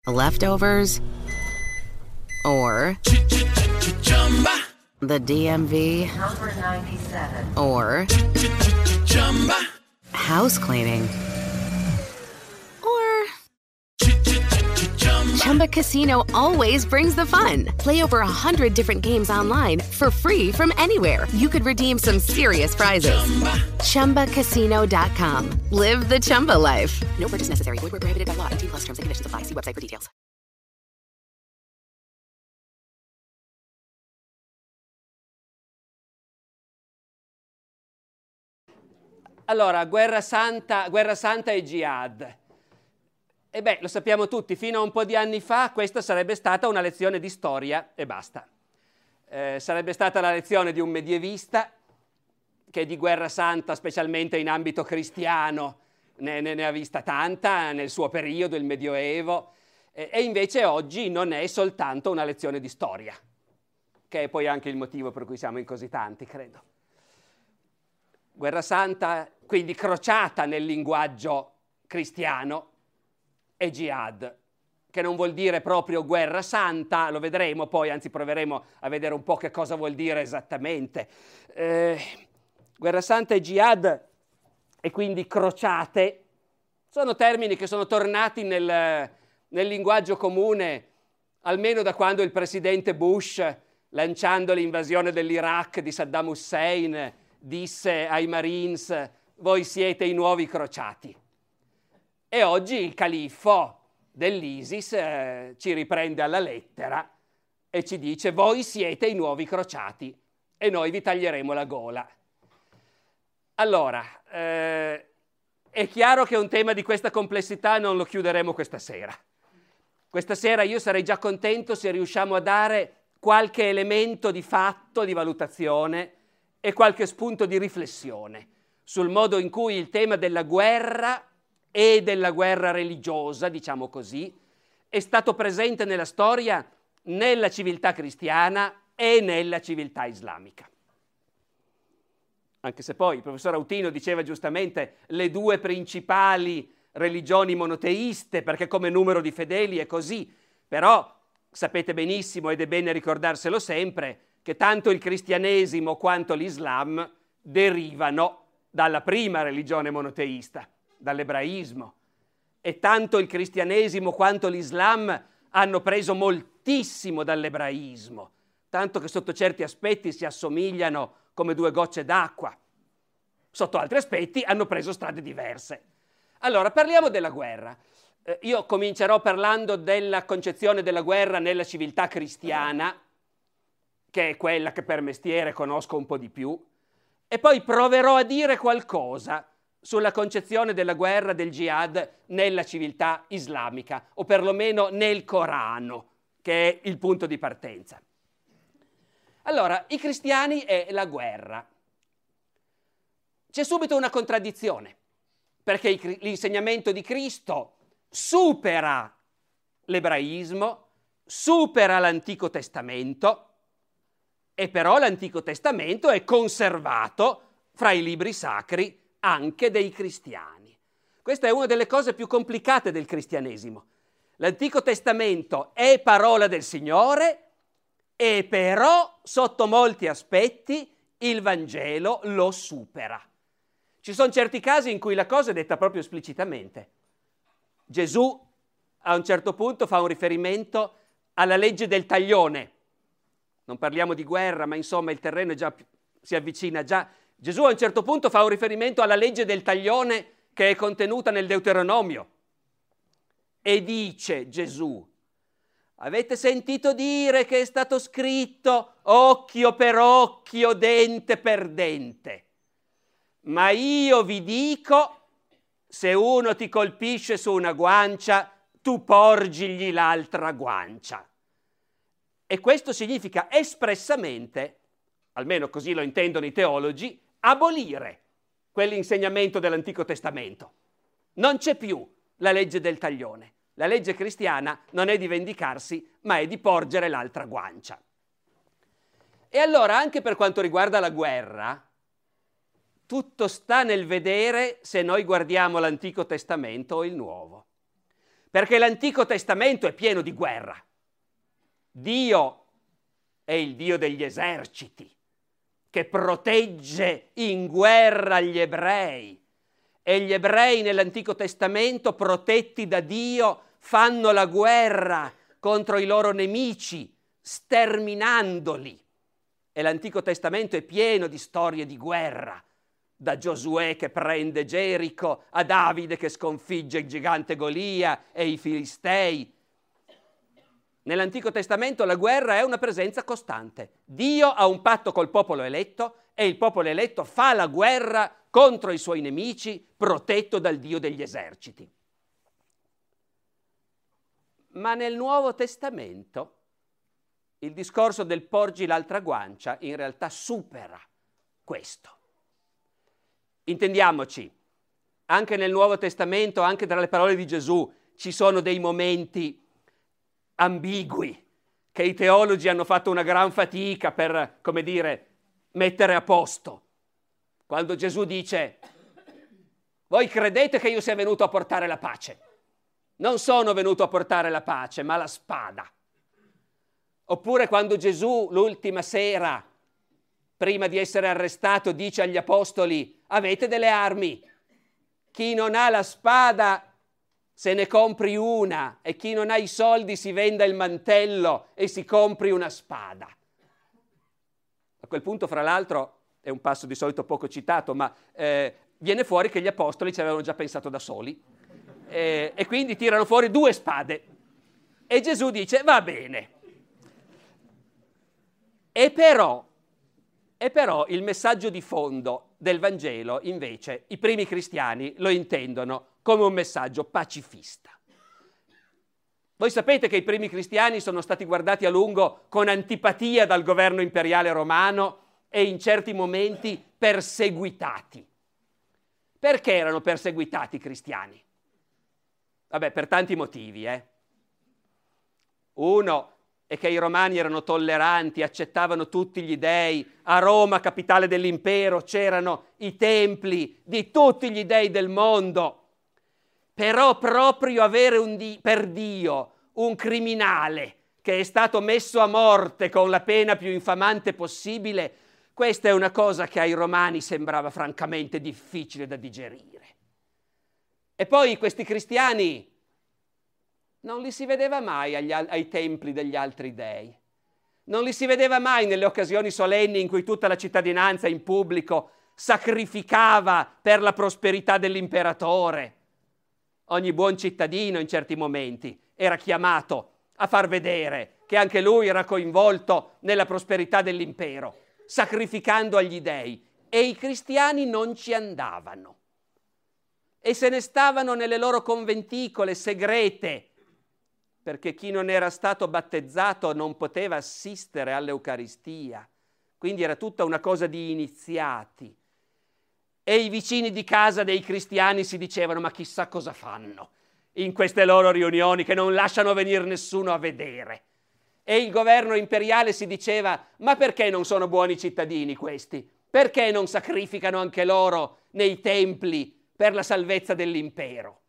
leftovers, or the DMV, Number 97. or house cleaning, or Chumba Casino always brings the fun. Play over 100 different games online for free from anywhere. You could redeem some serious prizes. ChumbaCasino.com. Live the Chumba life. No purchase necessary. Void where prohibited by law. 18+ terms and conditions apply. See website for details. Allora, Guerra Santa e Jihad. E beh, lo sappiamo tutti, fino a un po' di anni fa questa sarebbe stata una lezione di storia e basta. Sarebbe stata la lezione di un medievista che di Guerra Santa, specialmente in ambito cristiano, ne ha vista tanta nel suo periodo, il Medioevo, e invece oggi non è soltanto una lezione di storia, che è poi anche il motivo per cui siamo in così tanti, credo. Guerra Santa, quindi crociata nel linguaggio cristiano, e Jihad, che non vuol dire proprio guerra santa, lo vedremo poi, anzi proveremo a vedere un po' che cosa vuol dire esattamente. Guerra santa e Jihad, e quindi crociate, sono termini che sono tornati nel linguaggio comune almeno da quando il presidente Bush, lanciando l'invasione dell'Iraq di Saddam Hussein, disse ai Marines: voi siete i nuovi crociati. E oggi il califfo dell'ISIS ci riprende alla lettera e ci dice: voi siete i nuovi crociati e noi vi taglieremo la gola. Allora, è chiaro che un tema di questa complessità non lo chiuderemo questa sera. Questa sera io sarei già contento se riusciamo a dare qualche elemento di fatto, di valutazione e qualche spunto di riflessione sul modo in cui il tema della guerra e della guerra religiosa, diciamo così, è stato presente nella storia, nella civiltà cristiana e nella civiltà islamica. Anche se poi il professor Autino diceva giustamente le due principali religioni monoteiste, perché come numero di fedeli è così, però sapete benissimo, ed è bene ricordarselo sempre, che tanto il cristianesimo quanto l'Islam derivano dalla prima religione monoteista, dall'ebraismo, e tanto il cristianesimo quanto l'Islam hanno preso moltissimo dall'ebraismo, tanto che sotto certi aspetti si assomigliano come due gocce d'acqua. Sotto altri aspetti hanno preso strade diverse. Allora, parliamo della guerra. Io comincerò parlando della concezione della guerra nella civiltà cristiana, che è quella che per mestiere conosco un po' di più, e poi proverò a dire qualcosa sulla concezione della guerra, del jihad, nella civiltà islamica, o perlomeno nel Corano, che è il punto di partenza. Allora, i cristiani e la guerra. C'è subito una contraddizione, perché l'insegnamento di Cristo supera l'ebraismo, supera l'Antico Testamento, e però l'Antico Testamento è conservato fra i libri sacri anche dei cristiani. Questa è una delle cose più complicate del cristianesimo. L'Antico Testamento è parola del Signore, e però sotto molti aspetti il Vangelo lo supera. Ci sono certi casi in cui la cosa è detta proprio esplicitamente. Gesù a un certo punto fa un riferimento alla legge del taglione. Non parliamo di guerra, ma insomma il terreno si avvicina già. Gesù a un certo punto fa un riferimento alla legge del taglione che è contenuta nel Deuteronomio. E dice Gesù: avete sentito dire che è stato scritto occhio per occhio, dente per dente. Ma io vi dico, se uno ti colpisce su una guancia, tu porgigli l'altra guancia. E questo significa espressamente, almeno così lo intendono i teologi, abolire quell'insegnamento dell'Antico Testamento. Non c'è più la legge del taglione. La legge cristiana non è di vendicarsi, ma è di porgere l'altra guancia. E allora, anche per quanto riguarda la guerra, tutto sta nel vedere se noi guardiamo l'Antico Testamento o il Nuovo. perché l'Antico Testamento è pieno di guerra. Dio è il Dio degli eserciti, che protegge in guerra gli ebrei. E gli ebrei nell'Antico Testamento, protetti da Dio, fanno la guerra contro i loro nemici, sterminandoli. E l'Antico Testamento è pieno di storie di guerra, da Giosuè che prende Gerico, a Davide che sconfigge il gigante Golia e i Filistei. Nell'Antico Testamento la guerra è una presenza costante. Dio ha un patto col popolo eletto e il popolo eletto fa la guerra contro i suoi nemici, protetto dal Dio degli eserciti. Ma nel Nuovo Testamento il discorso del porgi l'altra guancia in realtà supera questo. Intendiamoci, anche nel Nuovo Testamento, anche tra le parole di Gesù, ci sono dei momenti ambigui che i teologi hanno fatto una gran fatica per, come dire, mettere a posto. Quando Gesù dice: voi credete che io sia venuto a portare la pace? Non sono venuto a portare la pace, ma la spada. Oppure quando Gesù l'ultima sera, prima di essere arrestato, dice agli apostoli: avete delle armi? Chi non ha la spada se ne compri una, e chi non ha i soldi si venda il mantello e si compri una spada. A quel punto, fra l'altro, è un passo di solito poco citato, ma viene fuori che gli apostoli ci avevano già pensato da soli, e quindi tirano fuori 2 spade. E Gesù dice: va bene. E però il messaggio di fondo del Vangelo, invece, i primi cristiani lo intendono come un messaggio pacifista. Voi sapete che i primi cristiani sono stati guardati a lungo con antipatia dal governo imperiale romano e in certi momenti perseguitati. Perché erano perseguitati i cristiani? Vabbè, per tanti motivi, Uno è che i romani erano tolleranti, accettavano tutti gli dei. A Roma, capitale dell'impero, c'erano i templi di tutti gli dei del mondo. Però proprio avere per Dio un criminale che è stato messo a morte con la pena più infamante possibile, questa è una cosa che ai romani sembrava francamente difficile da digerire. E poi questi cristiani non li si vedeva mai ai templi degli altri dei. Non li si vedeva mai nelle occasioni solenni in cui tutta la cittadinanza in pubblico sacrificava per la prosperità dell'imperatore. Ogni buon cittadino in certi momenti era chiamato a far vedere che anche lui era coinvolto nella prosperità dell'impero, sacrificando agli dei. E i cristiani non ci andavano. E se ne stavano nelle loro conventicole segrete, perché chi non era stato battezzato non poteva assistere all'Eucaristia. Quindi era tutta una cosa di iniziati. E i vicini di casa dei cristiani si dicevano: ma chissà cosa fanno in queste loro riunioni che non lasciano venire nessuno a vedere. E il governo imperiale si diceva: ma perché non sono buoni cittadini questi? Perché non sacrificano anche loro nei templi per la salvezza dell'impero?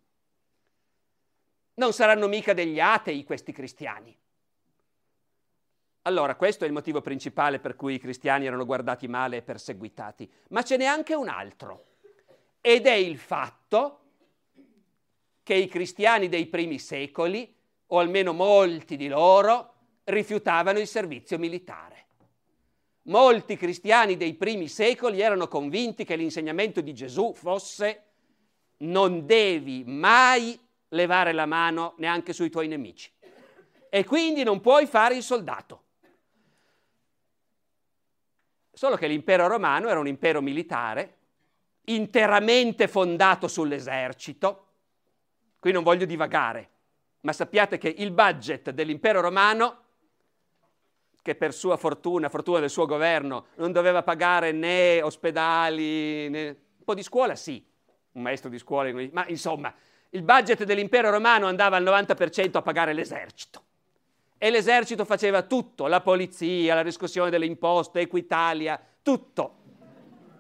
Non saranno mica degli atei questi cristiani. Allora, questo è il motivo principale per cui i cristiani erano guardati male e perseguitati. Ma ce n'è anche un altro, ed è il fatto che i cristiani dei primi secoli, o almeno molti di loro, rifiutavano il servizio militare. Molti cristiani dei primi secoli erano convinti che l'insegnamento di Gesù fosse: non devi mai levare la mano neanche sui tuoi nemici, e quindi non puoi fare il soldato. Solo che l'impero romano era un impero militare, interamente fondato sull'esercito. Qui non voglio divagare, ma sappiate che il budget dell'impero romano, che per sua fortuna del suo governo, non doveva pagare né ospedali, né... un po' di scuola sì, un maestro di scuola, ma insomma, il budget dell'impero romano andava al 90% a pagare l'esercito. E l'esercito faceva tutto, la polizia, la riscossione delle imposte, Equitalia, tutto.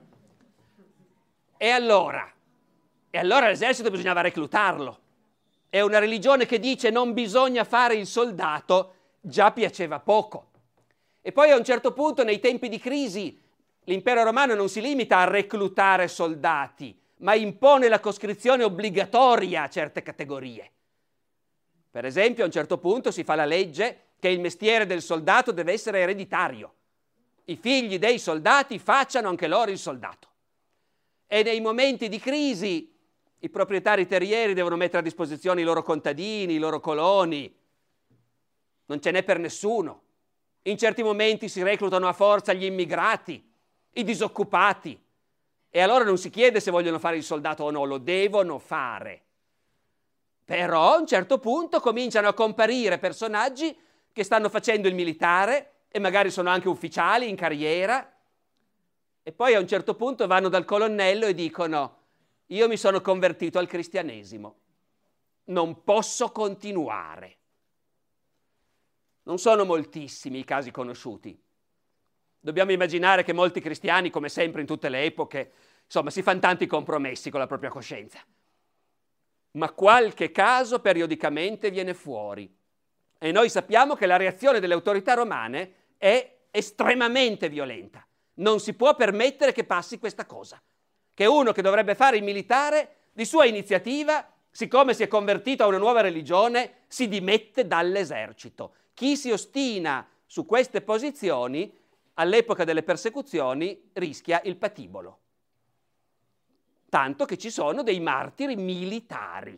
E allora l'esercito bisognava reclutarlo. e una religione che dice non bisogna fare il soldato già piaceva poco. E poi a un certo punto, nei tempi di crisi, l'impero romano non si limita a reclutare soldati, ma impone la coscrizione obbligatoria a certe categorie. Per esempio, a un certo punto si fa la legge che il mestiere del soldato deve essere ereditario. I figli dei soldati facciano anche loro il soldato. E nei momenti di crisi i proprietari terrieri devono mettere a disposizione i loro contadini, i loro coloni. Non ce n'è per nessuno. In certi momenti si reclutano a forza gli immigrati, i disoccupati. E allora non si chiede se vogliono fare il soldato o no, lo devono fare. Però a un certo punto cominciano a comparire personaggi che stanno facendo il militare e magari sono anche ufficiali in carriera, e poi a un certo punto vanno dal colonnello e dicono: io mi sono convertito al cristianesimo, non posso continuare. Non sono moltissimi i casi conosciuti. Dobbiamo immaginare che molti cristiani, come sempre in tutte le epoche, insomma, si fanno tanti compromessi con la propria coscienza. Ma qualche caso periodicamente viene fuori. E noi sappiamo che la reazione delle autorità romane è estremamente violenta. Non si può permettere che passi questa cosa. Che uno che dovrebbe fare il militare, di sua iniziativa, siccome si è convertito a una nuova religione, si dimette dall'esercito. Chi si ostina su queste posizioni, all'epoca delle persecuzioni, rischia il patibolo. Tanto che ci sono dei martiri militari.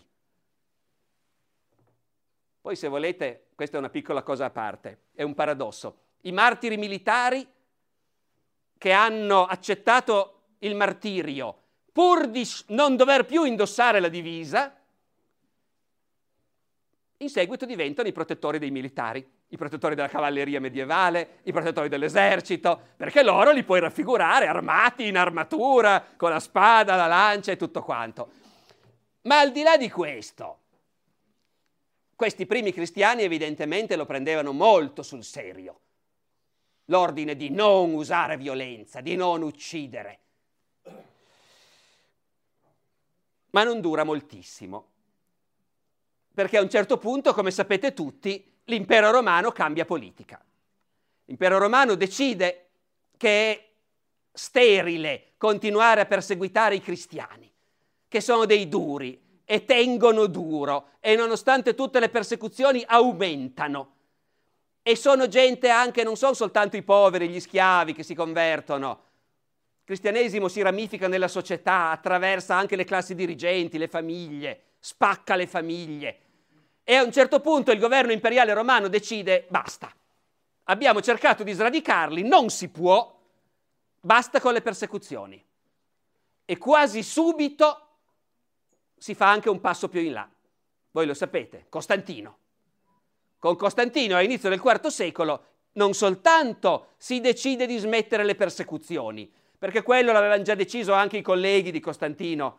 Poi, se volete, questa è una piccola cosa a parte, è un paradosso. I martiri militari che hanno accettato il martirio pur di non dover più indossare la divisa, in seguito diventano i protettori dei militari, i protettori della cavalleria medievale, i protettori dell'esercito, perché loro li puoi raffigurare armati in armatura, con la spada, la lancia e tutto quanto. Ma al di là di questo, questi primi cristiani evidentemente lo prendevano molto sul serio. L'ordine di non usare violenza, di non uccidere. Ma non dura moltissimo, perché a un certo punto, come sapete tutti, l'impero romano cambia politica. L'impero romano decide che è sterile continuare a perseguitare i cristiani, che sono dei duri e tengono duro, e nonostante tutte le persecuzioni aumentano. E sono gente anche, non sono soltanto i poveri, gli schiavi che si convertono. Il cristianesimo si ramifica nella società, attraversa anche le classi dirigenti, le famiglie, spacca le famiglie. E a un certo punto il governo imperiale romano decide: basta, abbiamo cercato di sradicarli, non si può, basta con le persecuzioni. E quasi subito si fa anche un passo più in là. Voi lo sapete, Costantino. Con Costantino, all'inizio del IV secolo, non soltanto si decide di smettere le persecuzioni, perché quello l'avevano già deciso anche i colleghi di Costantino.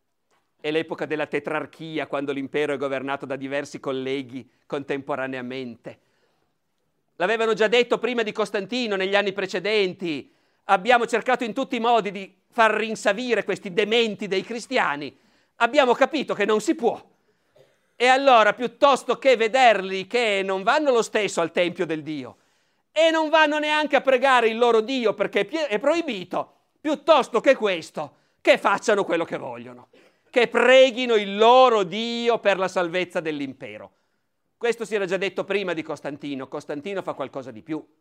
È l'epoca della tetrarchia, quando l'impero è governato da diversi colleghi contemporaneamente. L'avevano già detto prima di Costantino, negli anni precedenti. Abbiamo cercato in tutti i modi di far rinsavire questi dementi dei cristiani. Abbiamo capito che non si può. E allora, piuttosto che vederli che non vanno lo stesso al tempio del Dio e non vanno neanche a pregare il loro Dio perché è proibito, piuttosto che questo, che facciano quello che vogliono, che preghino il loro Dio per la salvezza dell'impero. Questo si era già detto prima di Costantino. Costantino fa qualcosa di più.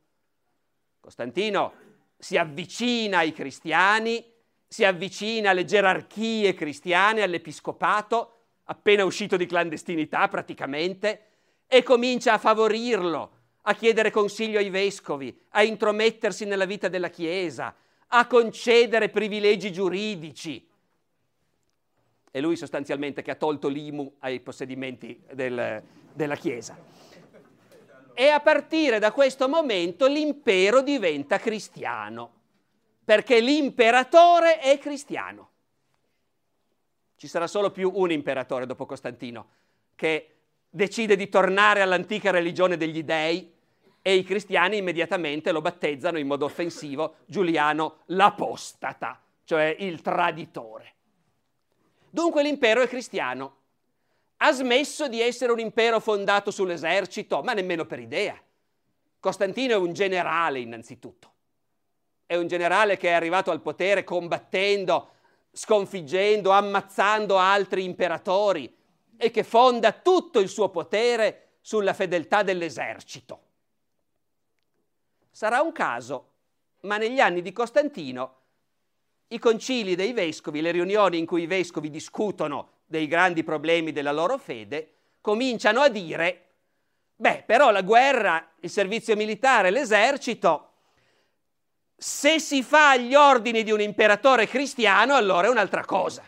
Costantino si avvicina ai cristiani, si avvicina alle gerarchie cristiane, all'episcopato, appena uscito di clandestinità praticamente, e comincia a favorirlo, a chiedere consiglio ai vescovi, a intromettersi nella vita della Chiesa, a concedere privilegi giuridici. È lui sostanzialmente che ha tolto l'IMU ai possedimenti della Chiesa. E a partire da questo momento l'impero diventa cristiano, perché l'imperatore è cristiano. Ci sarà solo più un imperatore dopo Costantino, che decide di tornare all'antica religione degli dei, e i cristiani immediatamente lo battezzano in modo offensivo Giuliano l'apostata, cioè il traditore. Dunque l'impero è cristiano, ha smesso di essere un impero fondato sull'esercito, ma nemmeno per idea. Costantino è un generale innanzitutto. È un generale che è arrivato al potere combattendo, sconfiggendo, ammazzando altri imperatori e che fonda tutto il suo potere sulla fedeltà dell'esercito. Sarà un caso, ma negli anni di Costantino i concili dei vescovi, le riunioni in cui i vescovi discutono dei grandi problemi della loro fede, cominciano a dire: beh, però la guerra, il servizio militare, l'esercito, se si fa agli ordini di un imperatore cristiano, allora è un'altra cosa.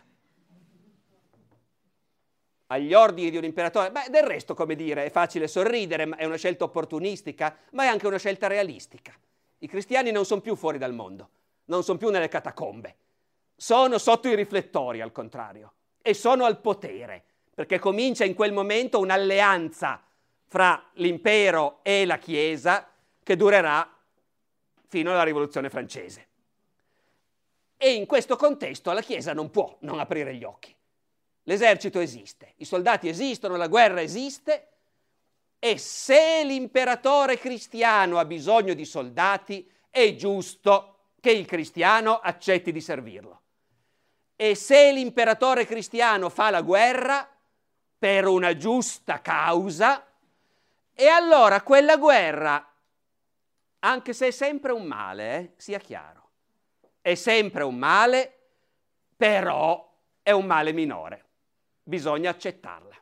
Agli ordini di un imperatore, beh, del resto, come dire, è facile sorridere, è una scelta opportunistica, ma è anche una scelta realistica. I cristiani non sono più fuori dal mondo, non sono più nelle catacombe, sono sotto i riflettori, al contrario, e sono al potere, perché comincia in quel momento un'alleanza fra l'impero e la Chiesa che durerà fino alla Rivoluzione francese. E in questo contesto la Chiesa non può non aprire gli occhi. L'esercito esiste, i soldati esistono, la guerra esiste, e se l'imperatore cristiano ha bisogno di soldati, è giusto che il cristiano accetti di servirlo. E se l'imperatore cristiano fa la guerra per una giusta causa, e allora quella guerra, anche se è sempre un male, sia chiaro, è sempre un male, però è un male minore, bisogna accettarla.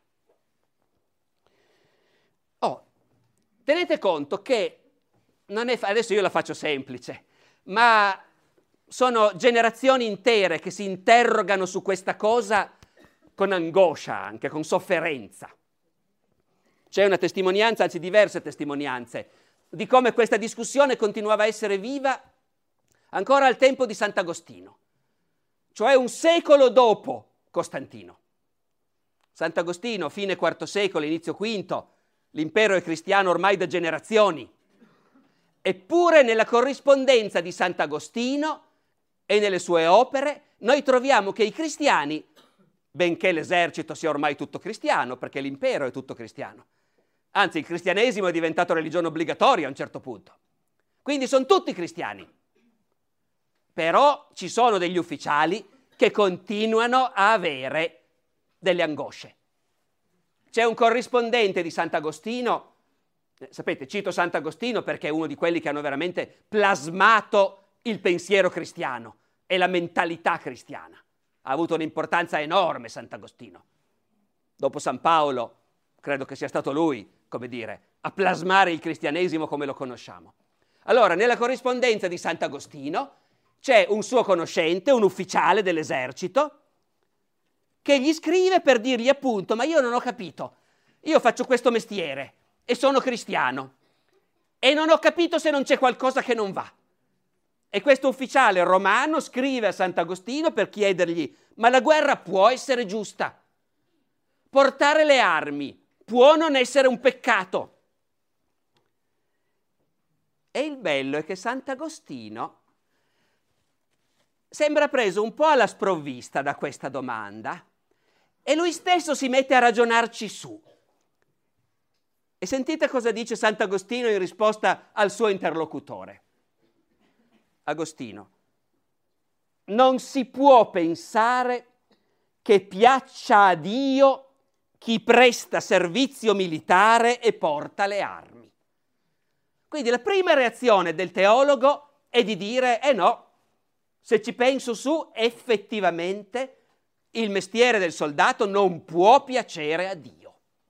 Tenete conto che non è adesso io la faccio semplice, ma sono generazioni intere che si interrogano su questa cosa con angoscia, anche con sofferenza. C'è una testimonianza, anzi diverse testimonianze, di come questa discussione continuava a essere viva ancora al tempo di Sant'Agostino, cioè un secolo dopo Costantino. Sant'Agostino, fine IV secolo, inizio V, l'impero è cristiano ormai da generazioni. Eppure nella corrispondenza di Sant'Agostino e nelle sue opere noi troviamo che i cristiani, benché l'esercito sia ormai tutto cristiano, perché l'impero è tutto cristiano, anzi il cristianesimo è diventato religione obbligatoria a un certo punto, quindi sono tutti cristiani, però ci sono degli ufficiali che continuano a avere delle angosce. C'è un corrispondente di Sant'Agostino, sapete, cito Sant'Agostino perché è uno di quelli che hanno veramente plasmato il pensiero cristiano e la mentalità cristiana. Ha avuto un'importanza enorme Sant'Agostino. Dopo San Paolo, credo che sia stato lui, come dire, a plasmare il cristianesimo come lo conosciamo. Allora, nella corrispondenza di Sant'Agostino c'è un suo conoscente, un ufficiale dell'esercito, che gli scrive per dirgli appunto: ma io non ho capito, io faccio questo mestiere e sono cristiano e non ho capito se non c'è qualcosa che non va. E questo ufficiale romano scrive a Sant'Agostino per chiedergli: ma la guerra può essere giusta? Portare le armi può non essere un peccato? E il bello è che Sant'Agostino sembra preso un po' alla sprovvista da questa domanda e lui stesso si mette a ragionarci su. E sentite cosa dice Sant'Agostino in risposta al suo interlocutore. Agostino: non si può pensare che piaccia a Dio chi presta servizio militare e porta le armi. Quindi la prima reazione del teologo è di dire: no, se ci penso su, effettivamente il mestiere del soldato non può piacere a Dio.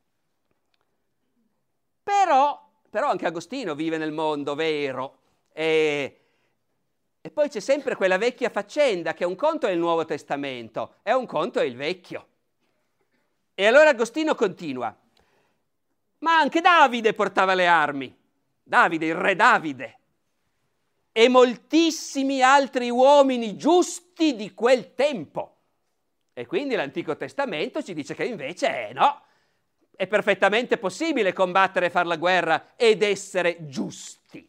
Però anche Agostino vive nel mondo vero e poi c'è sempre quella vecchia faccenda che un conto è il Nuovo Testamento e un conto è il Vecchio. E allora Agostino continua: ma anche Davide portava le armi, Davide, il re Davide, e moltissimi altri uomini giusti di quel tempo. E quindi l'Antico Testamento ci dice che invece no, è perfettamente possibile combattere e fare la guerra ed essere giusti.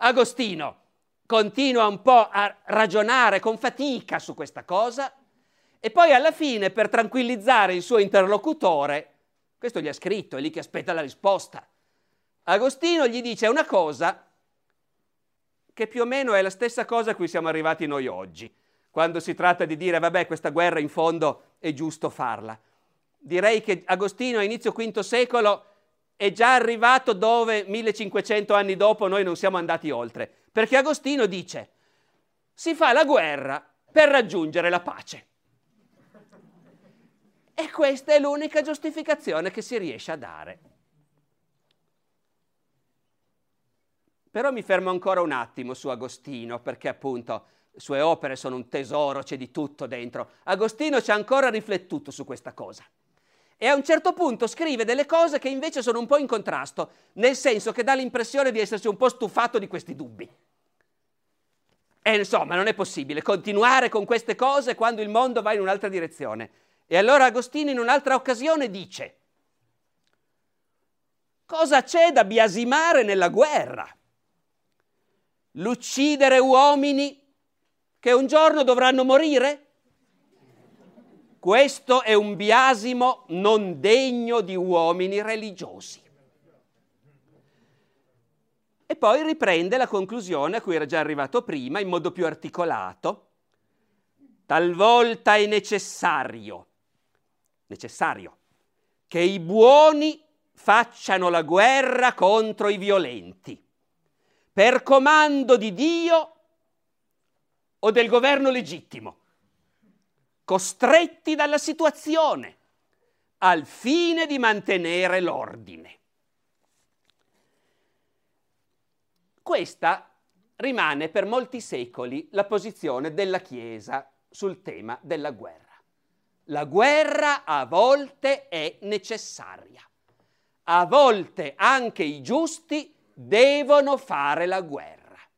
Agostino continua un po' a ragionare con fatica su questa cosa E poi alla fine, per tranquillizzare il suo interlocutore, questo gli ha scritto, è lì che aspetta la risposta, Agostino gli dice una cosa che più o meno è la stessa cosa a cui siamo arrivati noi oggi, quando si tratta di dire, vabbè, questa guerra in fondo è giusto farla. Direi che Agostino a inizio V secolo è già arrivato dove 1500 anni dopo noi non siamo andati oltre, perché Agostino dice, si fa la guerra per raggiungere la pace. E questa è l'unica giustificazione che si riesce a dare. Però mi fermo ancora un attimo su Agostino, perché appunto le sue opere sono un tesoro, c'è di tutto dentro. Agostino ci ha ancora riflettuto su questa cosa. E a un certo punto scrive delle cose che invece sono un po' in contrasto, nel senso che dà l'impressione di essersi un po' stufato di questi dubbi. E insomma, non è possibile continuare con queste cose quando il mondo va in un'altra direzione. E allora Agostino in un'altra occasione dice, cosa c'è da biasimare nella guerra? L'uccidere uomini che un giorno dovranno morire? Questo è un biasimo non degno di uomini religiosi. E poi riprende la conclusione a cui era già arrivato prima, in modo più articolato. Talvolta è necessario che i buoni facciano la guerra contro i violenti, per comando di Dio o del governo legittimo, costretti dalla situazione, al fine di mantenere l'ordine. Questa rimane per molti secoli la posizione della Chiesa sul tema della guerra. La guerra a volte è necessaria, a volte anche i giusti devono fare la guerra.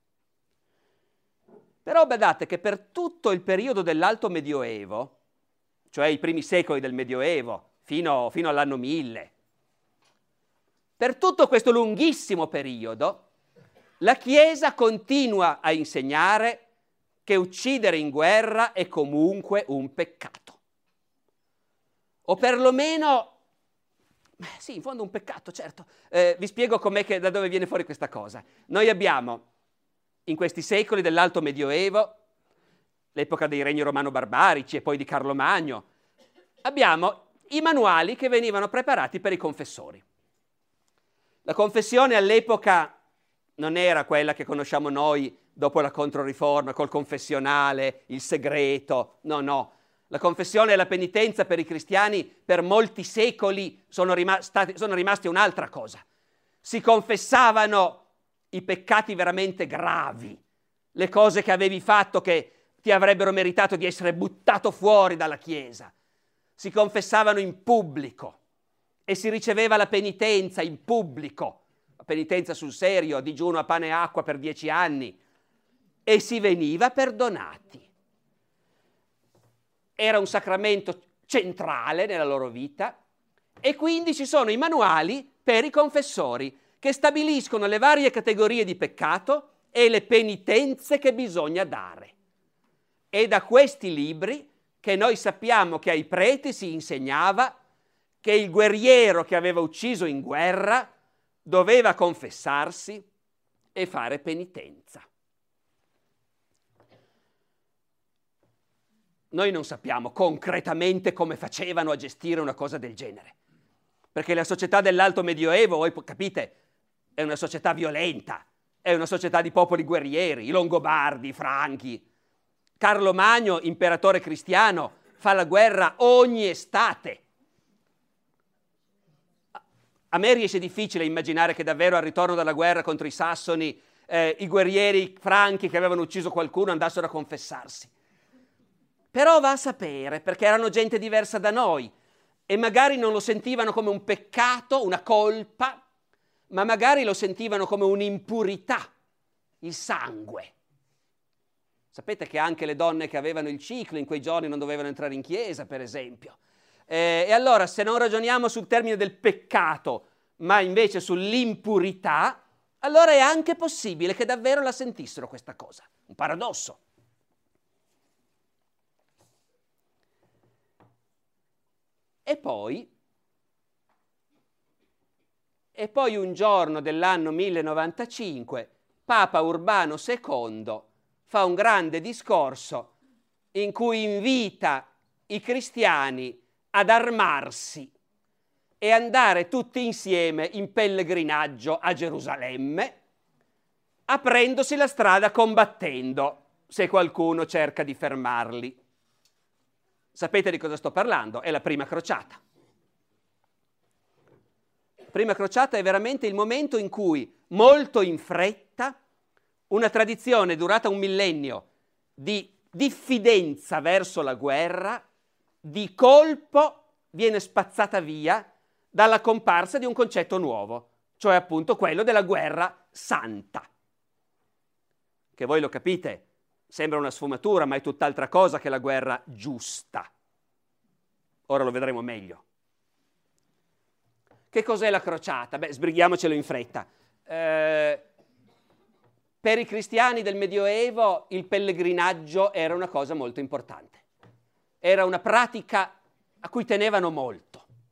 Però badate che per tutto il periodo dell'Alto Medioevo, cioè i primi secoli del Medioevo, fino all'anno 1000, per tutto questo lunghissimo periodo, la Chiesa continua a insegnare che uccidere in guerra è comunque un peccato. O perlomeno, sì, in fondo un peccato, certo. Vi spiego da dove viene fuori questa cosa. Noi abbiamo, in questi secoli dell'Alto Medioevo, l'epoca dei regni romano-barbarici e poi di Carlo Magno, abbiamo i manuali che venivano preparati per i confessori. La confessione all'epoca non era quella che conosciamo noi dopo la Controriforma, col confessionale, il segreto, no. La confessione e la penitenza per i cristiani per molti secoli sono rimasti un'altra cosa. Si confessavano i peccati veramente gravi, le cose che avevi fatto che ti avrebbero meritato di essere buttato fuori dalla Chiesa. Si confessavano in pubblico e si riceveva la penitenza in pubblico, la penitenza sul serio, a digiuno a pane e acqua per 10 anni, e si veniva perdonati. Era un sacramento centrale nella loro vita e quindi ci sono i manuali per i confessori che stabiliscono le varie categorie di peccato e le penitenze che bisogna dare. È da questi libri che noi sappiamo che ai preti si insegnava che il guerriero che aveva ucciso in guerra doveva confessarsi e fare penitenza. Noi non sappiamo concretamente come facevano a gestire una cosa del genere, perché la società dell'Alto Medioevo, voi capite, è una società violenta, è una società di popoli guerrieri, i Longobardi, i Franchi. Carlo Magno, imperatore cristiano, fa la guerra ogni estate. A me riesce difficile immaginare che davvero al ritorno dalla guerra contro i Sassoni i guerrieri franchi che avevano ucciso qualcuno andassero a confessarsi. Però va a sapere, perché erano gente diversa da noi e magari non lo sentivano come un peccato, una colpa, ma magari lo sentivano come un'impurità, il sangue. Sapete che anche le donne che avevano il ciclo in quei giorni non dovevano entrare in chiesa, per esempio. E allora, se non ragioniamo sul termine del peccato, ma invece sull'impurità, allora è anche possibile che davvero la sentissero questa cosa. Un paradosso. E poi un giorno dell'anno 1095 Papa Urbano II fa un grande discorso in cui invita i cristiani ad armarsi e andare tutti insieme in pellegrinaggio a Gerusalemme, aprendosi la strada combattendo, se qualcuno cerca di fermarli. Sapete di cosa sto parlando? È la prima crociata. La prima crociata è veramente il momento in cui, molto in fretta, una tradizione durata un millennio di diffidenza verso la guerra, di colpo viene spazzata via dalla comparsa di un concetto nuovo, cioè appunto quello della guerra santa. Che voi lo capite, sembra una sfumatura, ma è tutt'altra cosa che la guerra giusta. Ora lo vedremo meglio. Che cos'è la crociata? Beh, sbrighiamocelo in fretta. Per i cristiani del Medioevo il pellegrinaggio era una cosa molto importante. Era una pratica a cui tenevano molto.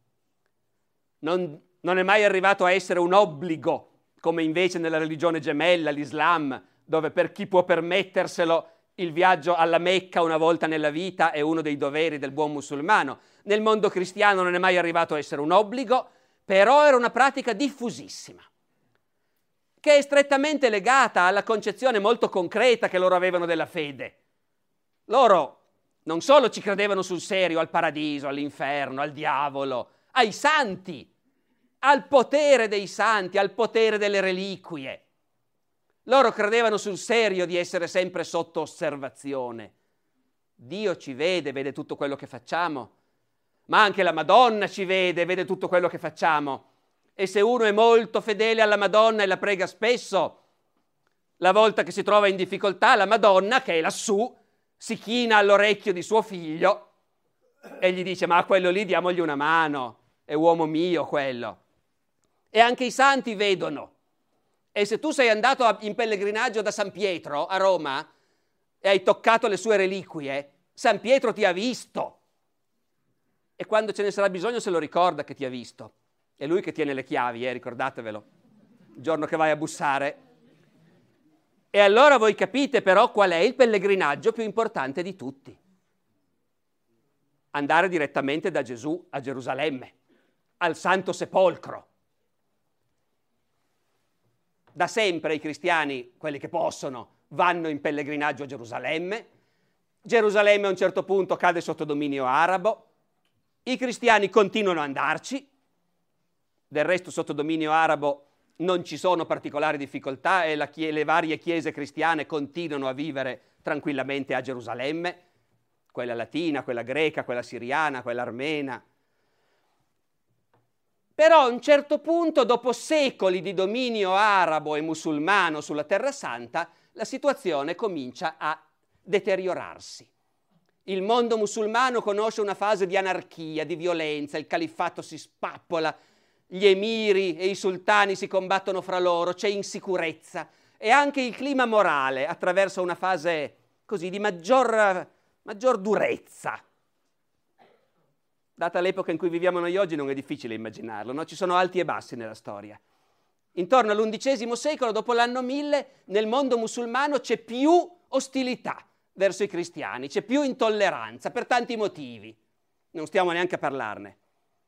Non è mai arrivato a essere un obbligo, come invece nella religione gemella, l'Islam, dove per chi può permetterselo il viaggio alla Mecca una volta nella vita è uno dei doveri del buon musulmano. Nel mondo cristiano non è mai arrivato a essere un obbligo, però era una pratica diffusissima, che è strettamente legata alla concezione molto concreta che loro avevano della fede. Loro non solo ci credevano sul serio al paradiso, all'inferno, al diavolo, ai santi, al potere dei santi, al potere delle reliquie. Loro credevano sul serio di essere sempre sotto osservazione. Dio ci vede, vede tutto quello che facciamo, ma anche la Madonna ci vede, vede tutto quello che facciamo. E se uno è molto fedele alla Madonna e la prega spesso, la volta che si trova in difficoltà, la Madonna, che è lassù, si china all'orecchio di suo figlio e gli dice: ma a quello lì diamogli una mano, è uomo mio quello. E anche i santi vedono. E se tu sei andato in pellegrinaggio da San Pietro a Roma e hai toccato le sue reliquie, San Pietro ti ha visto. E quando ce ne sarà bisogno se lo ricorda che ti ha visto. È lui che tiene le chiavi, ricordatevelo, il giorno che vai a bussare. E allora voi capite però qual è il pellegrinaggio più importante di tutti. Andare direttamente da Gesù a Gerusalemme, al Santo Sepolcro. Da sempre i cristiani, quelli che possono, vanno in pellegrinaggio a Gerusalemme. Gerusalemme a un certo punto cade sotto dominio arabo. I cristiani continuano ad andarci. Del resto sotto dominio arabo non ci sono particolari difficoltà e le varie chiese cristiane continuano a vivere tranquillamente a Gerusalemme, quella latina, quella greca, quella siriana, quella armena. Però a un certo punto, dopo secoli di dominio arabo e musulmano sulla Terra Santa, la situazione comincia a deteriorarsi. Il mondo musulmano conosce una fase di anarchia, di violenza, il califfato si spappola, gli emiri e i sultani si combattono fra loro, c'è insicurezza e anche il clima morale attraversa una fase così di maggior durezza. Data l'epoca in cui viviamo noi oggi non è difficile immaginarlo, no? Ci sono alti e bassi nella storia. Intorno all'undicesimo secolo, dopo l'anno 1000, nel mondo musulmano c'è più ostilità verso i cristiani, c'è più intolleranza per tanti motivi. Non stiamo neanche a parlarne.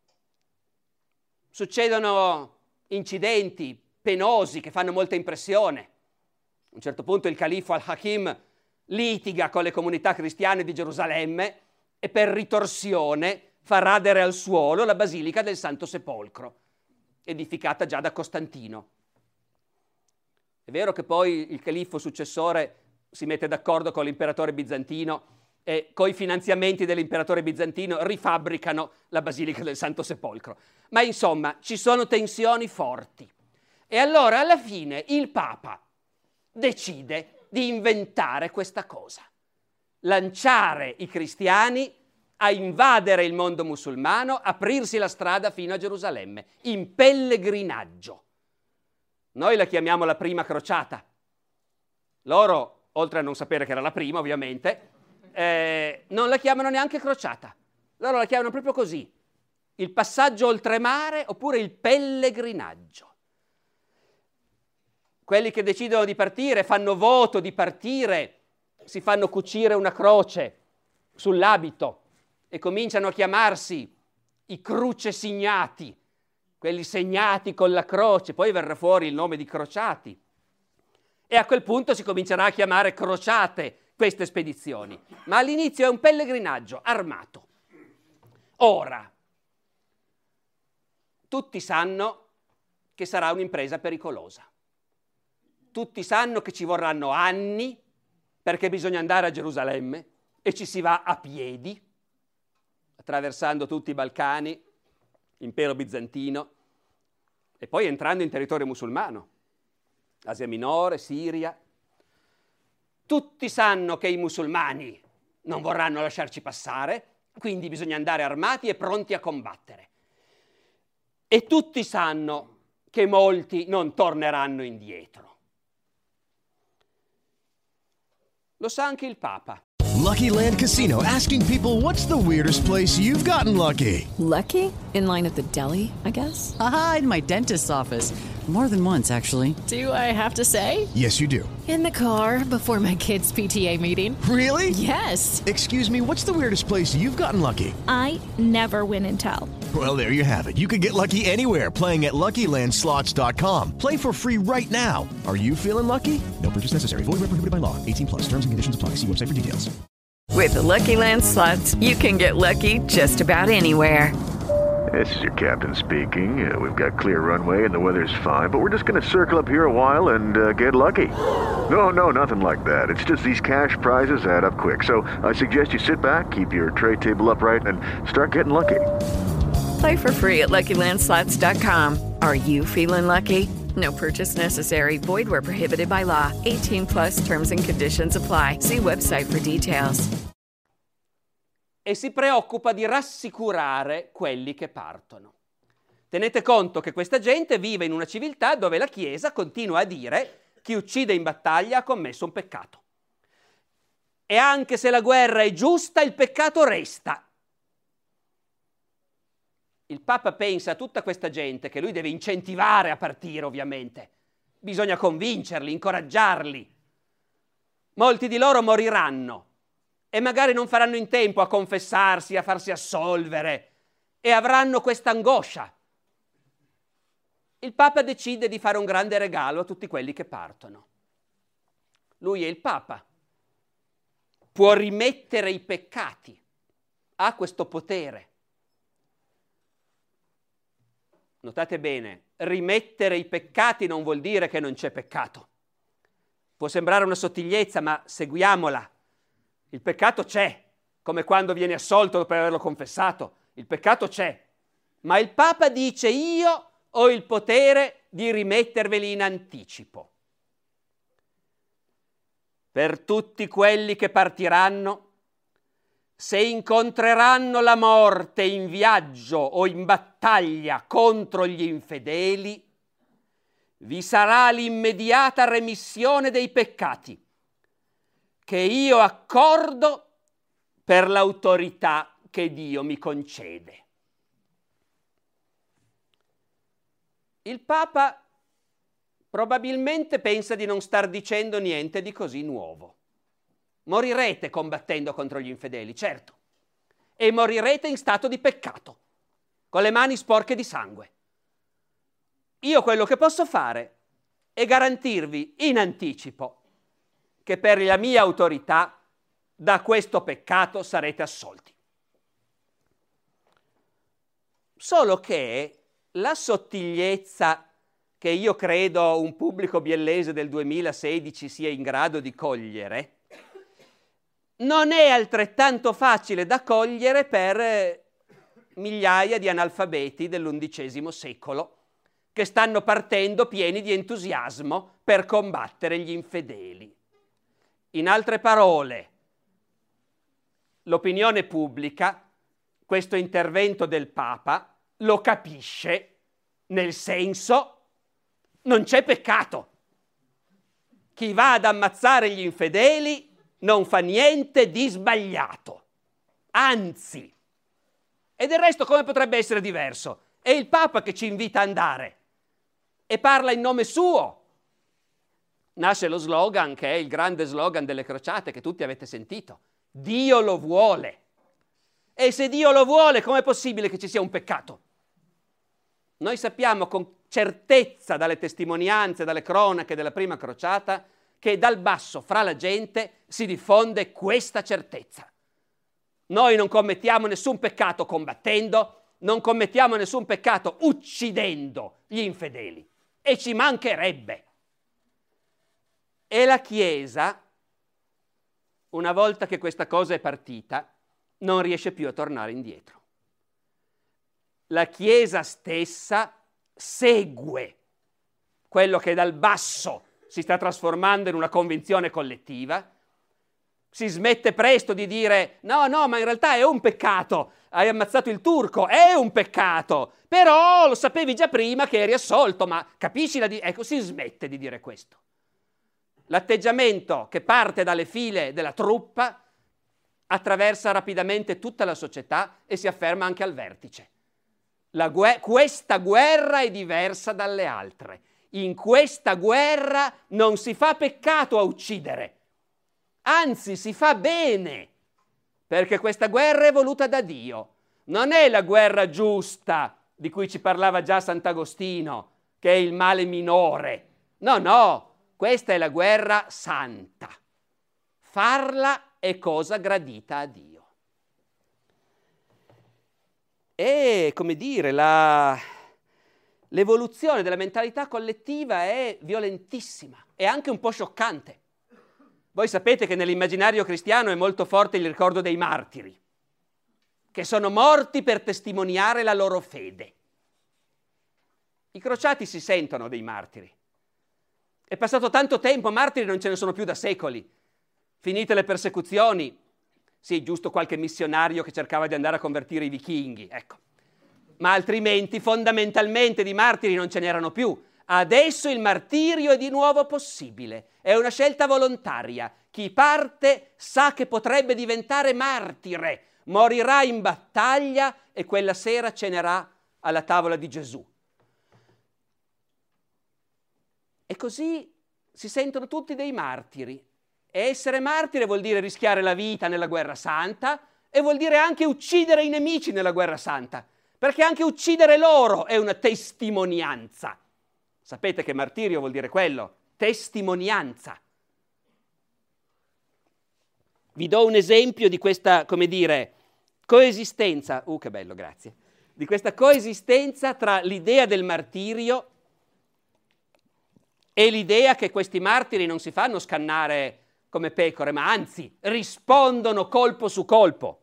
Succedono incidenti penosi che fanno molta impressione. A un certo punto il califfo al-Hakim litiga con le comunità cristiane di Gerusalemme e per ritorsione fa radere al suolo la basilica del Santo Sepolcro, edificata già da Costantino. È vero che poi il califfo successore si mette d'accordo con l'imperatore bizantino e coi finanziamenti dell'imperatore bizantino rifabbricano la basilica del Santo Sepolcro. Ma insomma ci sono tensioni forti. E allora alla fine il Papa decide di inventare questa cosa, lanciare i cristiani a invadere il mondo musulmano, aprirsi la strada fino a Gerusalemme, in pellegrinaggio. Noi la chiamiamo la prima crociata. Loro, oltre a non sapere che era la prima, ovviamente, non la chiamano neanche crociata. Loro la chiamano proprio così, il passaggio oltremare oppure il pellegrinaggio. Quelli che decidono di partire, fanno voto di partire, si fanno cucire una croce sull'abito e cominciano a chiamarsi i crucesignati, quelli segnati con la croce, poi verrà fuori il nome di crociati. E a quel punto si comincerà a chiamare crociate queste spedizioni. Ma all'inizio è un pellegrinaggio armato. Ora, tutti sanno che sarà un'impresa pericolosa. Tutti sanno che ci vorranno anni perché bisogna andare a Gerusalemme e ci si va a piedi, attraversando tutti i Balcani, impero bizantino, e poi entrando in territorio musulmano, Asia Minore, Siria. Tutti sanno che i musulmani non vorranno lasciarci passare, quindi bisogna andare armati e pronti a combattere. E tutti sanno che molti non torneranno indietro. Lo sa anche il Papa. Lucky Land Casino, asking people, what's the weirdest place you've gotten lucky? Lucky? In line at the deli, I guess? Aha, in my dentist's office. More than once, actually. Do I have to say? Yes, you do. In the car before my kids' PTA meeting. Really? Yes. Excuse me, what's the weirdest place you've gotten lucky? I never win and tell. Well, there you have it. You can get lucky anywhere, playing at LuckyLandSlots.com. Play for free right now. Are you feeling lucky? No purchase necessary. Void where prohibited by law. 18+. Terms and conditions apply. See website for details. With the Lucky Land Slots, you can get lucky just about anywhere. This is your captain speaking. We've got clear runway and the weather's fine, but we're just going to circle up here a while and get lucky. No, nothing like that. It's just these cash prizes add up quick. So I suggest you sit back, keep your tray table upright, and start getting lucky. Play for free at LuckyLandSlots.com. Are you feeling lucky? No purchase necessary. Void where prohibited by law. 18+ terms and conditions apply. See website for details. E si preoccupa di rassicurare quelli che partono. Tenete conto che questa gente vive in una civiltà dove la Chiesa continua a dire chi uccide in battaglia ha commesso un peccato. E anche se la guerra è giusta, il peccato resta. Il Papa pensa a tutta questa gente che lui deve incentivare a partire, ovviamente. Bisogna convincerli, incoraggiarli. Molti di loro moriranno e magari non faranno in tempo a confessarsi, a farsi assolvere e avranno questa angoscia. Il Papa decide di fare un grande regalo a tutti quelli che partono. Lui è il Papa. Può rimettere i peccati. Ha questo potere. Notate bene, rimettere i peccati non vuol dire che non c'è peccato. Può sembrare una sottigliezza, ma seguiamola. Il peccato c'è, come quando viene assolto dopo averlo confessato. Il peccato c'è. Ma il Papa dice: io ho il potere di rimetterveli in anticipo. Per tutti quelli che partiranno, se incontreranno la morte in viaggio o in battaglia contro gli infedeli, vi sarà l'immediata remissione dei peccati che io accordo per l'autorità che Dio mi concede. Il Papa probabilmente pensa di non star dicendo niente di così nuovo. Morirete combattendo contro gli infedeli, certo, e morirete in stato di peccato, con le mani sporche di sangue. Io quello che posso fare è garantirvi in anticipo che per la mia autorità da questo peccato sarete assolti. Solo che la sottigliezza che io credo un pubblico biellese del 2016 sia in grado di cogliere non è altrettanto facile da cogliere per migliaia di analfabeti dell'undicesimo secolo che stanno partendo pieni di entusiasmo per combattere gli infedeli. In altre parole, l'opinione pubblica questo intervento del Papa lo capisce, nel senso: non c'è peccato. Chi va ad ammazzare gli infedeli non fa niente di sbagliato. Anzi, E del resto come potrebbe essere diverso? È il Papa che ci invita a andare e parla in nome suo. Nasce lo slogan, che è il grande slogan delle crociate, che tutti avete sentito. Dio lo vuole. E se Dio lo vuole, com'è possibile che ci sia un peccato? Noi sappiamo con certezza dalle testimonianze, dalle cronache della prima crociata, che dal basso fra la gente si diffonde questa certezza. Noi non commettiamo nessun peccato combattendo, non commettiamo nessun peccato uccidendo gli infedeli. E ci mancherebbe. E la Chiesa, una volta che questa cosa è partita, non riesce più a tornare indietro. La Chiesa stessa segue quello che dal basso si sta trasformando in una convinzione collettiva, si smette presto di dire no, ma in realtà è un peccato, hai ammazzato il turco, è un peccato, però lo sapevi già prima che eri assolto, ma capisci ecco, si smette di dire questo. L'atteggiamento che parte dalle file della truppa attraversa rapidamente tutta la società e si afferma anche al vertice. Questa guerra è diversa dalle altre. In questa guerra non si fa peccato a uccidere, anzi si fa bene, perché questa guerra è voluta da Dio. Non è la guerra giusta di cui ci parlava già Sant'Agostino, che è il male minore. No, questa è la guerra santa. Farla è cosa gradita a Dio. E, come dire, l'evoluzione della mentalità collettiva è violentissima, è anche un po' scioccante. Voi sapete che nell'immaginario cristiano è molto forte il ricordo dei martiri, che sono morti per testimoniare la loro fede. I crociati si sentono dei martiri. È passato tanto tempo, martiri non ce ne sono più da secoli. Finite le persecuzioni, sì, giusto qualche missionario che cercava di andare a convertire i vichinghi, ecco. Ma altrimenti fondamentalmente di martiri non ce n'erano più. Adesso il martirio è di nuovo possibile, è una scelta volontaria. Chi parte sa che potrebbe diventare martire, morirà in battaglia e quella sera cenerà alla tavola di Gesù. E così si sentono tutti dei martiri. E essere martire vuol dire rischiare la vita nella guerra santa e vuol dire anche uccidere i nemici nella guerra santa, perché anche uccidere loro è una testimonianza. Sapete che martirio vuol dire quello? Testimonianza. Vi do un esempio di questa, come dire, coesistenza. Che bello, grazie. Di questa coesistenza tra l'idea del martirio e l'idea che questi martiri non si fanno scannare come pecore, ma anzi rispondono colpo su colpo.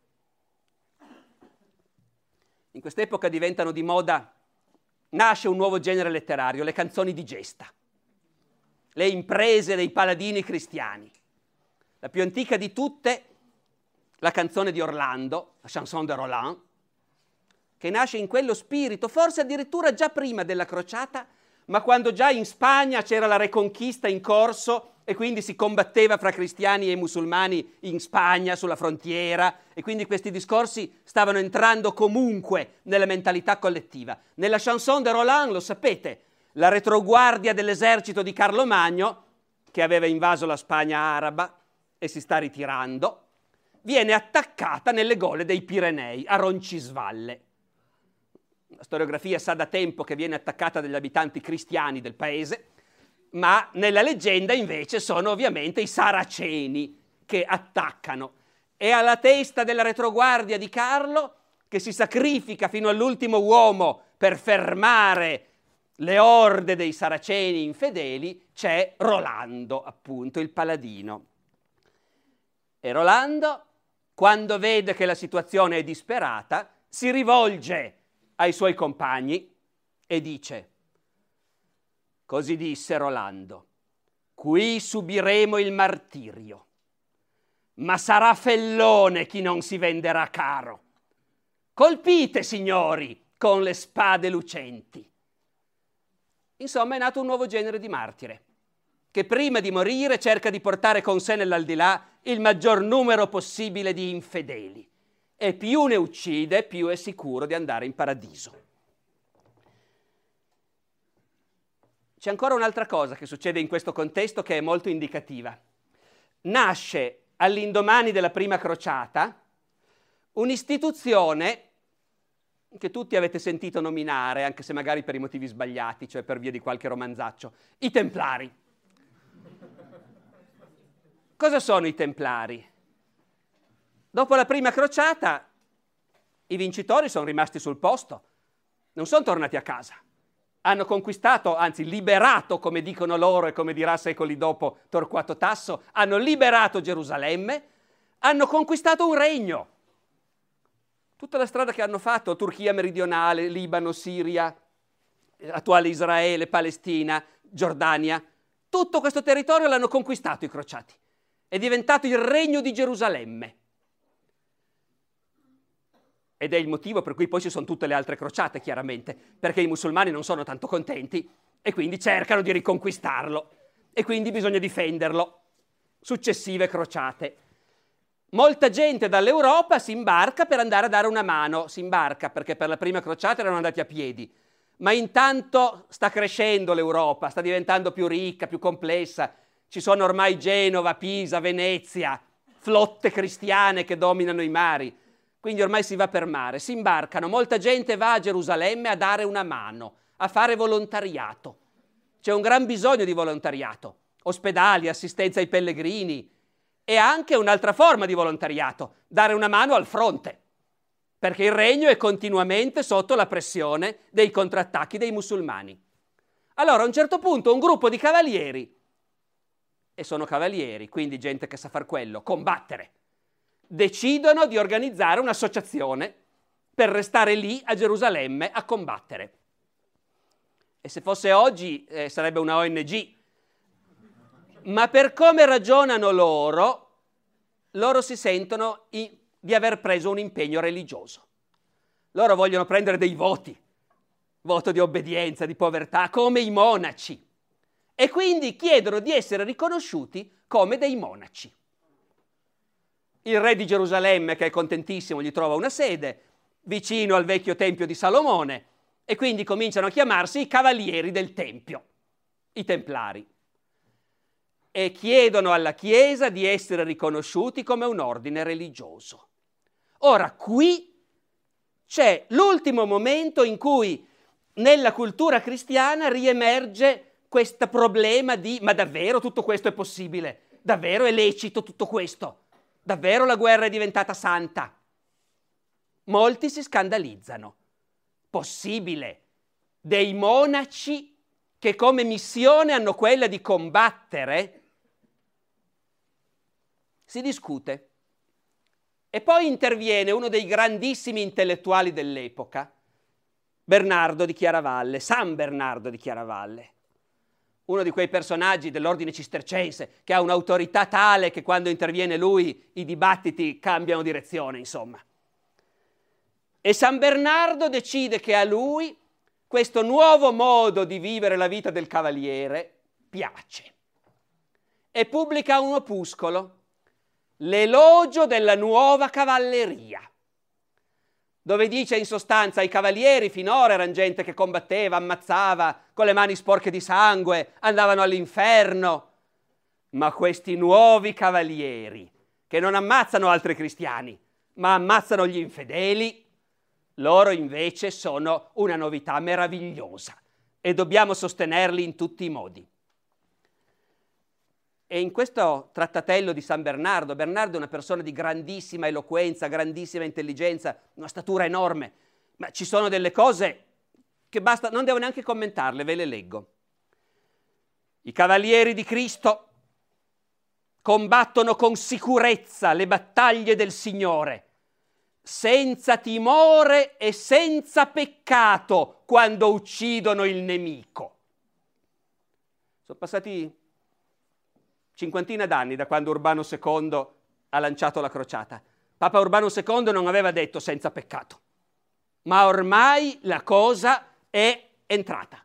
In quest'epoca diventano di moda, nasce un nuovo genere letterario, le canzoni di gesta, le imprese dei paladini cristiani. La più antica di tutte, la canzone di Orlando, la chanson de Roland, che nasce in quello spirito, forse addirittura già prima della crociata, ma quando già in Spagna c'era la Reconquista in corso e quindi si combatteva fra cristiani e musulmani in Spagna, sulla frontiera, e quindi questi discorsi stavano entrando comunque nella mentalità collettiva. Nella chanson de Roland, lo sapete, la retroguardia dell'esercito di Carlo Magno, che aveva invaso la Spagna araba e si sta ritirando, viene attaccata nelle gole dei Pirenei, a Roncisvalle. La storiografia sa da tempo che viene attaccata dagli abitanti cristiani del paese, ma nella leggenda invece sono ovviamente i saraceni che attaccano. E alla testa della retroguardia di Carlo, che si sacrifica fino all'ultimo uomo per fermare le orde dei saraceni infedeli, c'è Rolando, appunto, il paladino. E Rolando, quando vede che la situazione è disperata, si rivolge ai suoi compagni e dice: così disse Rolando, qui subiremo il martirio, ma sarà fellone chi non si venderà caro. Colpite, signori, con le spade lucenti. Insomma, è nato un nuovo genere di martire, che prima di morire cerca di portare con sé nell'aldilà il maggior numero possibile di infedeli. e più ne uccide, più è sicuro di andare in paradiso. C'è ancora un'altra cosa che succede in questo contesto che è molto indicativa. Nasce all'indomani della prima crociata un'istituzione che tutti avete sentito nominare, anche se magari per i motivi sbagliati, cioè per via di qualche romanzaccio, i Templari. Cosa sono i Templari? Dopo la prima crociata i vincitori sono rimasti sul posto, non sono tornati a casa. Hanno conquistato, anzi liberato, come dicono loro e come dirà secoli dopo Torquato Tasso, hanno liberato Gerusalemme, hanno conquistato un regno. Tutta la strada che hanno fatto, Turchia meridionale, Libano, Siria, attuale Israele, Palestina, Giordania, tutto questo territorio l'hanno conquistato i crociati. È diventato il regno di Gerusalemme. Ed è il motivo per cui poi ci sono tutte le altre crociate, chiaramente, perché i musulmani non sono tanto contenti e quindi cercano di riconquistarlo e quindi bisogna difenderlo. Successive crociate. Molta gente dall'Europa si imbarca per andare a dare una mano, si imbarca perché per la prima crociata erano andati a piedi, ma intanto sta crescendo l'Europa, sta diventando più ricca, più complessa, ci sono ormai Genova, Pisa, Venezia, flotte cristiane che dominano i mari. Quindi ormai si va per mare, si imbarcano, molta gente va a Gerusalemme a dare una mano, a fare volontariato. C'è un gran bisogno di volontariato, ospedali, assistenza ai pellegrini e anche un'altra forma di volontariato, dare una mano al fronte, perché il regno è continuamente sotto la pressione dei contrattacchi dei musulmani. Allora a un certo punto un gruppo di cavalieri, e sono cavalieri, quindi gente che sa far quello, combattere, decidono di organizzare un'associazione per restare lì a Gerusalemme a combattere. E se fosse oggi sarebbe una ONG. Ma per come ragionano loro si sentono di aver preso un impegno religioso. Loro vogliono prendere dei voti, voto di obbedienza, di povertà, come i monaci. E quindi chiedono di essere riconosciuti come dei monaci. Il re di Gerusalemme, che è contentissimo, gli trova una sede vicino al vecchio tempio di Salomone e quindi cominciano a chiamarsi i cavalieri del tempio, i Templari, e chiedono alla Chiesa di essere riconosciuti come un ordine religioso. Ora, qui c'è l'ultimo momento in cui nella cultura cristiana riemerge questo problema di ma davvero tutto questo è possibile? Davvero è lecito tutto questo? Davvero la guerra è diventata santa? Molti si scandalizzano. Possibile? Dei monaci che come missione hanno quella di combattere? Si discute. E poi interviene uno dei grandissimi intellettuali dell'epoca, Bernardo di Chiaravalle, San Bernardo di Chiaravalle. Uno di quei personaggi dell'ordine cistercense che ha un'autorità tale che quando interviene lui i dibattiti cambiano direzione, insomma. E San Bernardo decide che a lui questo nuovo modo di vivere la vita del cavaliere piace e pubblica un opuscolo, l'Elogio della nuova cavalleria, dove dice in sostanza i cavalieri finora erano gente che combatteva, ammazzava, con le mani sporche di sangue, andavano all'inferno, ma questi nuovi cavalieri, che non ammazzano altri cristiani, ma ammazzano gli infedeli, loro invece sono una novità meravigliosa e dobbiamo sostenerli in tutti i modi. E in questo trattatello di San Bernardo, Bernardo è una persona di grandissima eloquenza, grandissima intelligenza, una statura enorme, ma ci sono delle cose che basta, non devo neanche commentarle, ve le leggo. I cavalieri di Cristo combattono con sicurezza le battaglie del Signore, senza timore e senza peccato quando uccidono il nemico. Sono passati 50 d'anni da quando Urbano II ha lanciato la crociata. Papa Urbano II non aveva detto senza peccato, ma ormai la cosa è entrata.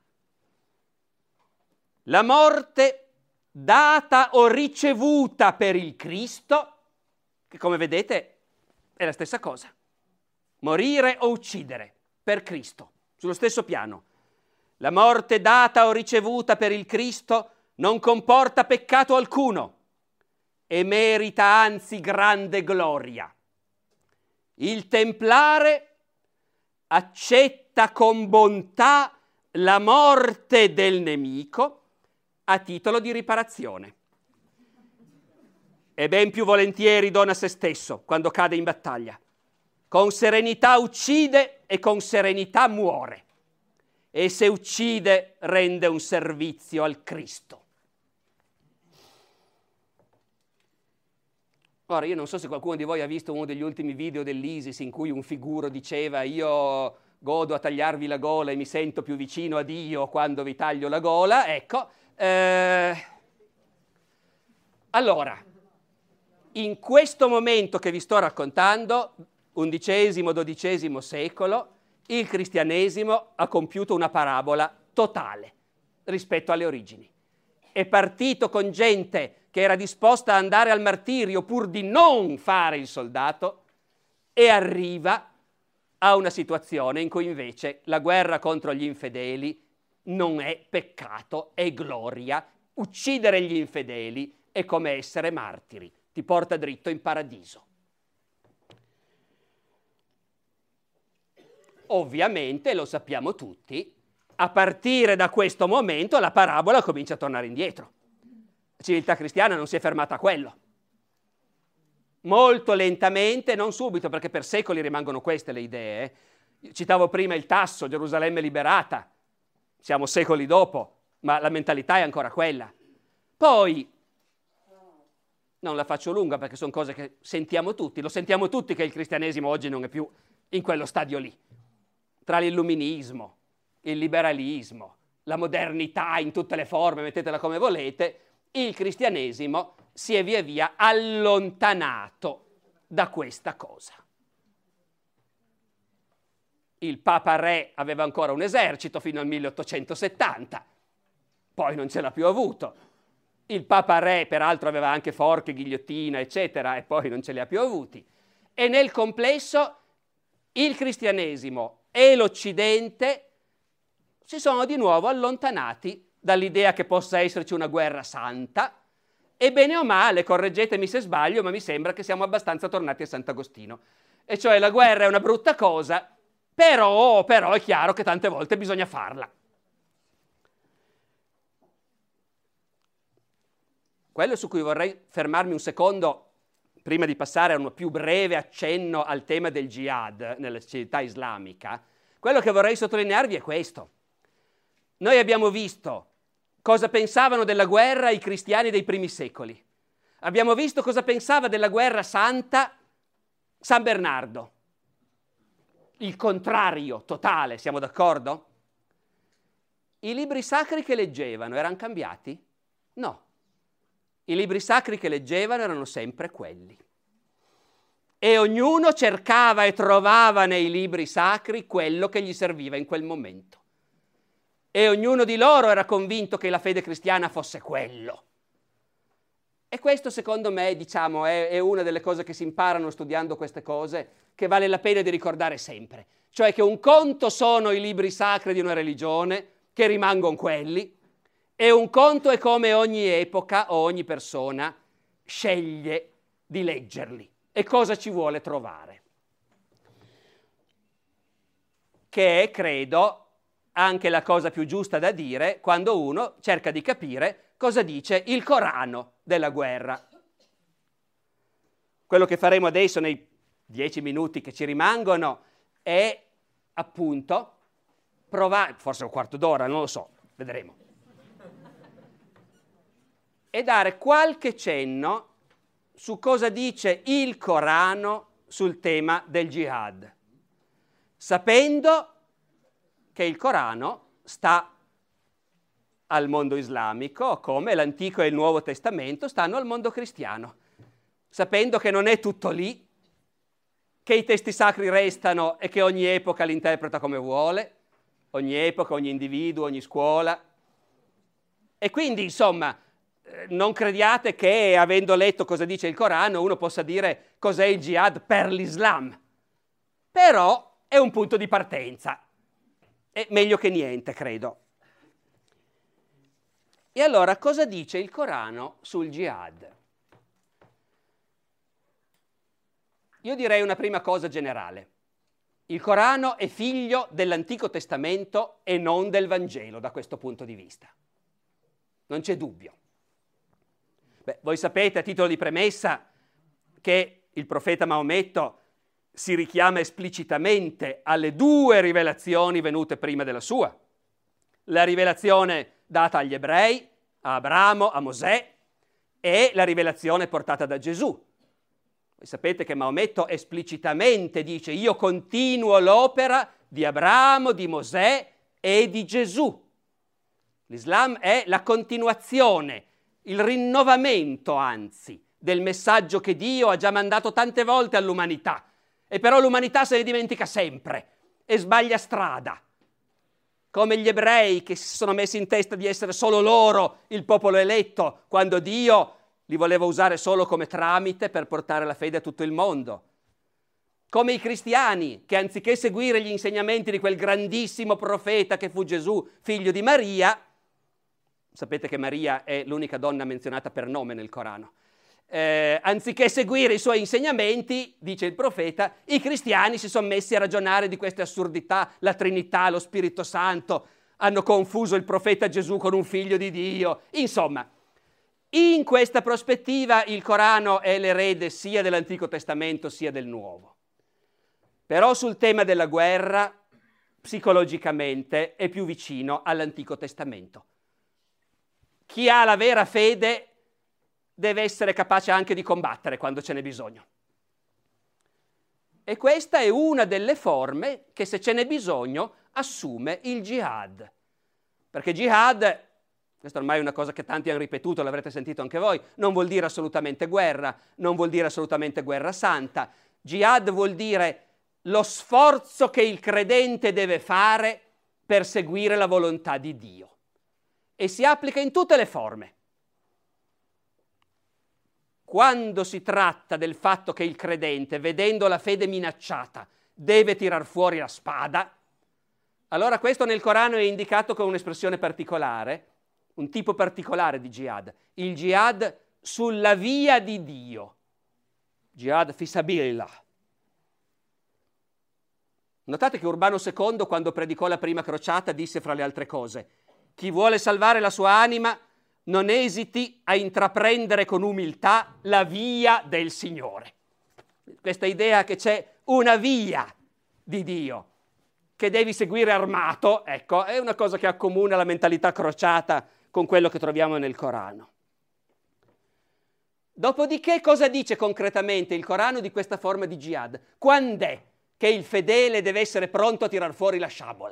La morte data o ricevuta per il Cristo, che come vedete è la stessa cosa, morire o uccidere per Cristo, sullo stesso piano. La morte data o ricevuta per il Cristo non comporta peccato alcuno e merita anzi grande gloria. Il Templare accetta con bontà la morte del nemico a titolo di riparazione. E ben più volentieri dona se stesso quando cade in battaglia. Con serenità uccide e con serenità muore. E se uccide rende un servizio al Cristo. Ora, io non so se qualcuno di voi ha visto uno degli ultimi video dell'ISIS in cui un figuro diceva io godo a tagliarvi la gola e mi sento più vicino a Dio quando vi taglio la gola. Ecco, allora, in questo momento che vi sto raccontando, XI-XII secolo, il cristianesimo ha compiuto una parabola totale rispetto alle origini. È partito con gente che era disposta ad andare al martirio pur di non fare il soldato e arriva a una situazione in cui invece la guerra contro gli infedeli non è peccato, è gloria. Uccidere gli infedeli è come essere martiri, ti porta dritto in paradiso. Ovviamente, lo sappiamo tutti, a partire da questo momento la parabola comincia a tornare indietro. La civiltà cristiana non si è fermata a quello. Molto lentamente, non subito, perché per secoli rimangono queste le idee. Citavo prima il Tasso, Gerusalemme liberata. Siamo secoli dopo, ma la mentalità è ancora quella. Poi, non la faccio lunga perché sono cose che sentiamo tutti, lo sentiamo tutti che il cristianesimo oggi non è più in quello stadio lì. Tra l'illuminismo, il liberalismo, la modernità in tutte le forme, mettetela come volete, il cristianesimo si è via via allontanato da questa cosa. Il Papa Re aveva ancora un esercito fino al 1870, poi non ce l'ha più avuto. Il Papa Re, peraltro, aveva anche forche, ghigliottina, eccetera, e poi non ce li ha più avuti. E nel complesso il cristianesimo e l'Occidente si sono di nuovo allontanati dall'idea che possa esserci una guerra santa, e bene o male, correggetemi se sbaglio, ma mi sembra che siamo abbastanza tornati a Sant'Agostino. E cioè la guerra è una brutta cosa, però è chiaro che tante volte bisogna farla. Quello su cui vorrei fermarmi un secondo, prima di passare a un più breve accenno al tema del jihad nella civiltà islamica, quello che vorrei sottolinearvi è questo. Noi abbiamo visto cosa pensavano della guerra i cristiani dei primi secoli. Abbiamo visto cosa pensava della guerra santa San Bernardo. Il contrario totale, siamo d'accordo? I libri sacri che leggevano erano cambiati? No. I libri sacri che leggevano erano sempre quelli. E ognuno cercava e trovava nei libri sacri quello che gli serviva in quel momento. E ognuno di loro era convinto che la fede cristiana fosse quello. E questo, secondo me, diciamo, è una delle cose che si imparano studiando queste cose, che vale la pena di ricordare sempre. Cioè che un conto sono i libri sacri di una religione, che rimangono quelli, e un conto è come ogni epoca o ogni persona sceglie di leggerli e cosa ci vuole trovare. Che è, credo, anche la cosa più giusta da dire quando uno cerca di capire cosa dice il Corano della guerra. Quello che faremo adesso nei 10 minuti che ci rimangono è appunto provare, forse un quarto d'ora, non lo so, vedremo, e dare qualche cenno su cosa dice il Corano sul tema del jihad, sapendo che il Corano sta al mondo islamico come l'Antico e il Nuovo Testamento stanno al mondo cristiano, sapendo che non è tutto lì, che i testi sacri restano e che ogni epoca li interpreta come vuole, ogni epoca, ogni individuo, ogni scuola. E quindi, insomma, non crediate che, avendo letto cosa dice il Corano, uno possa dire cos'è il jihad per l'Islam. però è un punto di partenza. È meglio che niente, credo. E allora cosa dice il Corano sul jihad? Io direi una prima cosa generale. Il Corano è figlio dell'Antico Testamento e non del Vangelo da questo punto di vista. Non c'è dubbio. Beh, voi sapete a titolo di premessa che il profeta Maometto si richiama esplicitamente alle due rivelazioni venute prima della sua. La rivelazione data agli ebrei, a Abramo, a Mosè, e la rivelazione portata da Gesù. Voi sapete che Maometto esplicitamente dice: io continuo l'opera di Abramo, di Mosè e di Gesù. L'Islam è la continuazione, il rinnovamento, anzi, del messaggio che Dio ha già mandato tante volte all'umanità. E però l'umanità se ne dimentica sempre e sbaglia strada. Come gli ebrei che si sono messi in testa di essere solo loro il popolo eletto, quando Dio li voleva usare solo come tramite per portare la fede a tutto il mondo. Come i cristiani che anziché seguire gli insegnamenti di quel grandissimo profeta che fu Gesù, figlio di Maria, sapete che Maria è l'unica donna menzionata per nome nel Corano, anziché seguire i suoi insegnamenti, dice il profeta, i cristiani si sono messi a ragionare di queste assurdità, la Trinità, lo Spirito Santo, hanno confuso il profeta Gesù con un figlio di Dio. Insomma, in questa prospettiva il Corano è l'erede sia dell'Antico Testamento sia del Nuovo. Però sul tema della guerra, psicologicamente, è più vicino all'Antico Testamento. Chi ha la vera fede deve essere capace anche di combattere quando ce n'è bisogno. E questa è una delle forme che, se ce n'è bisogno, assume il jihad. Perché jihad, questa ormai è una cosa che tanti hanno ripetuto, l'avrete sentito anche voi, non vuol dire assolutamente guerra, non vuol dire assolutamente guerra santa. Jihad vuol dire lo sforzo che il credente deve fare per seguire la volontà di Dio. E si applica in tutte le forme. Quando si tratta del fatto che il credente, vedendo la fede minacciata, deve tirar fuori la spada, allora questo nel Corano è indicato con un'espressione particolare, un tipo particolare di jihad, il jihad sulla via di Dio, jihad fi sabilillah. Notate che Urbano II, quando predicò la prima crociata, disse fra le altre cose: chi vuole salvare la sua anima non esiti a intraprendere con umiltà la via del Signore. Questa idea che c'è una via di Dio che devi seguire armato, ecco, è una cosa che accomuna la mentalità crociata con quello che troviamo nel Corano. Dopodiché cosa dice concretamente il Corano di questa forma di jihad? Quand'è che il fedele deve essere pronto a tirar fuori la sciabola?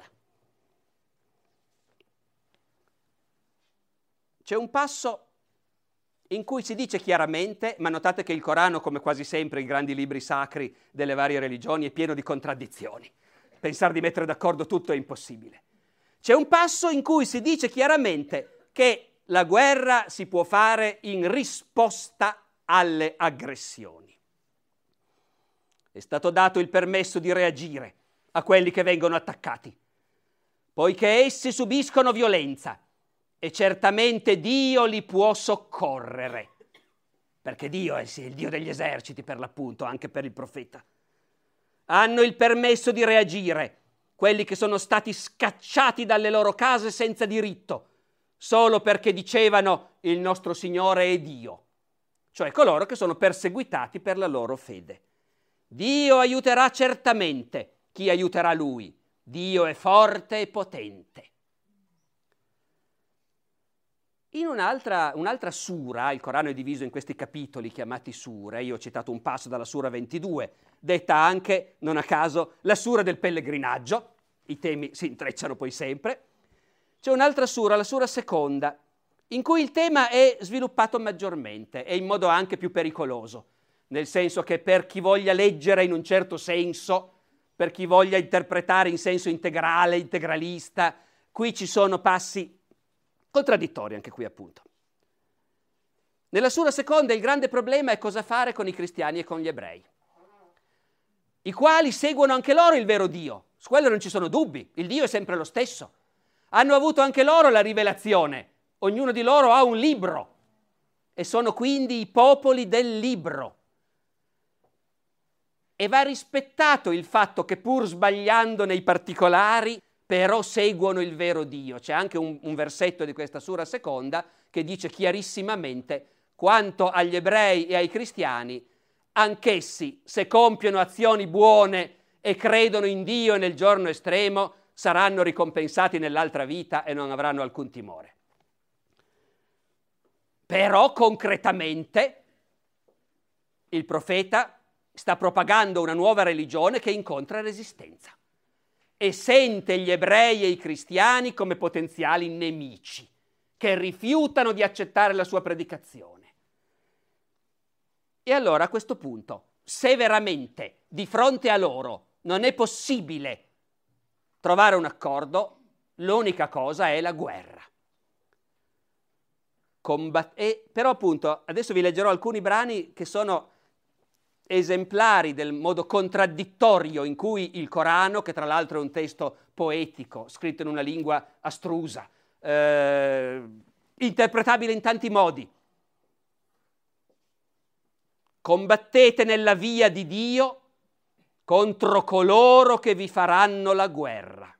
C'è un passo in cui si dice chiaramente, ma notate che il Corano, come quasi sempre i grandi libri sacri delle varie religioni, è pieno di contraddizioni. Pensare di mettere d'accordo tutto è impossibile. C'è un passo in cui si dice chiaramente che la guerra si può fare in risposta alle aggressioni. È stato dato il permesso di reagire a quelli che vengono attaccati, poiché essi subiscono violenza. E certamente Dio li può soccorrere, perché Dio è il Dio degli eserciti, per l'appunto, anche per il profeta. Hanno il permesso di reagire quelli che sono stati scacciati dalle loro case senza diritto, solo perché dicevano il nostro Signore è Dio, cioè coloro che sono perseguitati per la loro fede. Dio aiuterà certamente chi aiuterà Lui. Dio è forte e potente. In un'altra sura, il Corano è diviso in questi capitoli chiamati sure, io ho citato un passo dalla sura 22, detta anche, non a caso, la sura del pellegrinaggio, i temi si intrecciano poi sempre. C'è un'altra sura, la sura seconda, in cui il tema è sviluppato maggiormente e in modo anche più pericoloso, nel senso che per chi voglia leggere in un certo senso, per chi voglia interpretare in senso integrale, integralista, qui ci sono passi contraddittori anche qui, appunto. Nella sura seconda il grande problema è cosa fare con i cristiani e con gli ebrei. i quali seguono anche loro il vero Dio. Su quello non ci sono dubbi, il Dio è sempre lo stesso. Hanno avuto anche loro la rivelazione, ognuno di loro ha un libro e sono quindi i popoli del libro. E va rispettato il fatto che pur sbagliando nei particolari, però seguono il vero Dio. C'è anche un versetto di questa sura seconda che dice chiarissimamente: quanto agli ebrei e ai cristiani, anch'essi, se compiono azioni buone e credono in Dio e nel giorno estremo, saranno ricompensati nell'altra vita e non avranno alcun timore. Però concretamente il profeta sta propagando una nuova religione che incontra resistenza e sente gli ebrei e i cristiani come potenziali nemici che rifiutano di accettare la sua predicazione. E allora a questo punto, se veramente di fronte a loro non è possibile trovare un accordo, l'unica cosa è la guerra. Però appunto, adesso vi leggerò alcuni brani che sono esemplari del modo contraddittorio in cui il Corano, che tra l'altro è un testo poetico, scritto in una lingua astrusa, interpretabile in tanti modi. Combattete nella via di Dio contro coloro che vi faranno la guerra.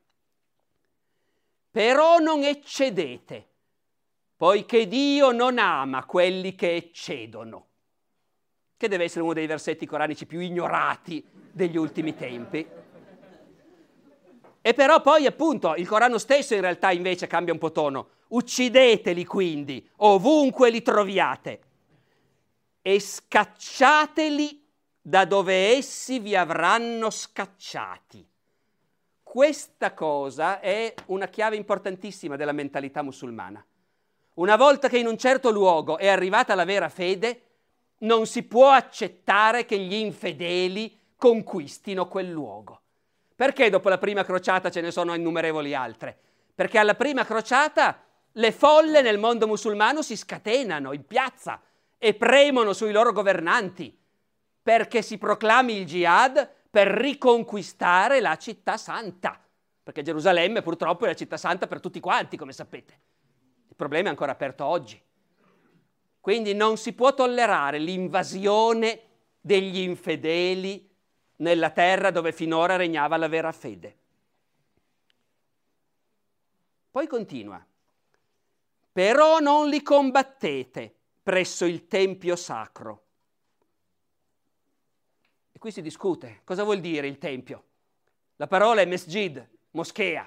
Però non eccedete, poiché Dio non ama quelli che eccedono, che deve essere uno dei versetti coranici più ignorati degli ultimi tempi. E però poi appunto il Corano stesso in realtà invece cambia un po' tono. Uccideteli quindi, ovunque li troviate, e scacciateli da dove essi vi avranno scacciati. Questa cosa è una chiave importantissima della mentalità musulmana. Una volta che in un certo luogo è arrivata la vera fede, non si può accettare che gli infedeli conquistino quel luogo. Perché dopo la prima crociata ce ne sono innumerevoli altre? Perché alla prima crociata le folle nel mondo musulmano si scatenano in piazza e premono sui loro governanti perché si proclami il jihad per riconquistare la città santa, perché Gerusalemme purtroppo è la città santa per tutti quanti, come sapete. Il problema è ancora aperto oggi. Quindi non si può tollerare l'invasione degli infedeli nella terra dove finora regnava la vera fede. Poi continua: però non li combattete presso il tempio sacro. E qui si discute. Cosa vuol dire il tempio? La parola è mesjid, moschea.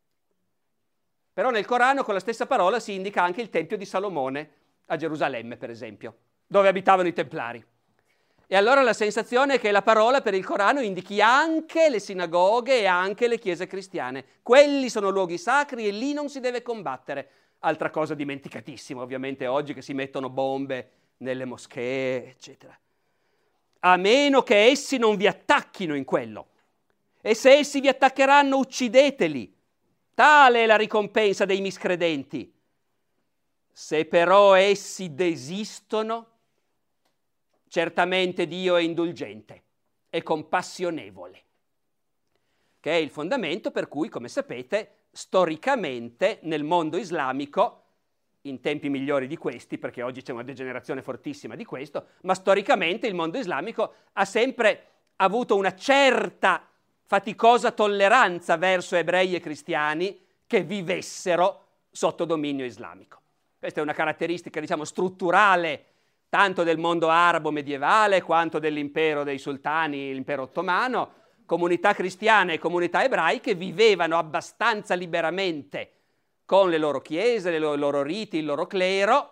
Però nel Corano con la stessa parola si indica anche il tempio di Salomone a Gerusalemme, per esempio, dove abitavano i templari. E allora la sensazione è che la parola per il Corano indichi anche le sinagoghe e anche le chiese cristiane. Quelli sono luoghi sacri e lì non si deve combattere. Altra cosa dimenticatissima, ovviamente, oggi, che si mettono bombe nelle moschee, eccetera. A meno che essi non vi attacchino in quello. E se essi vi attaccheranno, uccideteli. Tale è la ricompensa dei miscredenti. Se però essi desistono, certamente Dio è indulgente e compassionevole, che è il fondamento per cui, come sapete, storicamente nel mondo islamico, in tempi migliori di questi, perché oggi c'è una degenerazione fortissima di questo, ma storicamente il mondo islamico ha sempre avuto una certa faticosa tolleranza verso ebrei e cristiani che vivessero sotto dominio islamico. Questa è una caratteristica, diciamo, strutturale tanto del mondo arabo medievale quanto dell'impero dei sultani, l'impero ottomano. Comunità cristiane e comunità ebraiche vivevano abbastanza liberamente con le loro chiese, i loro riti, il loro clero,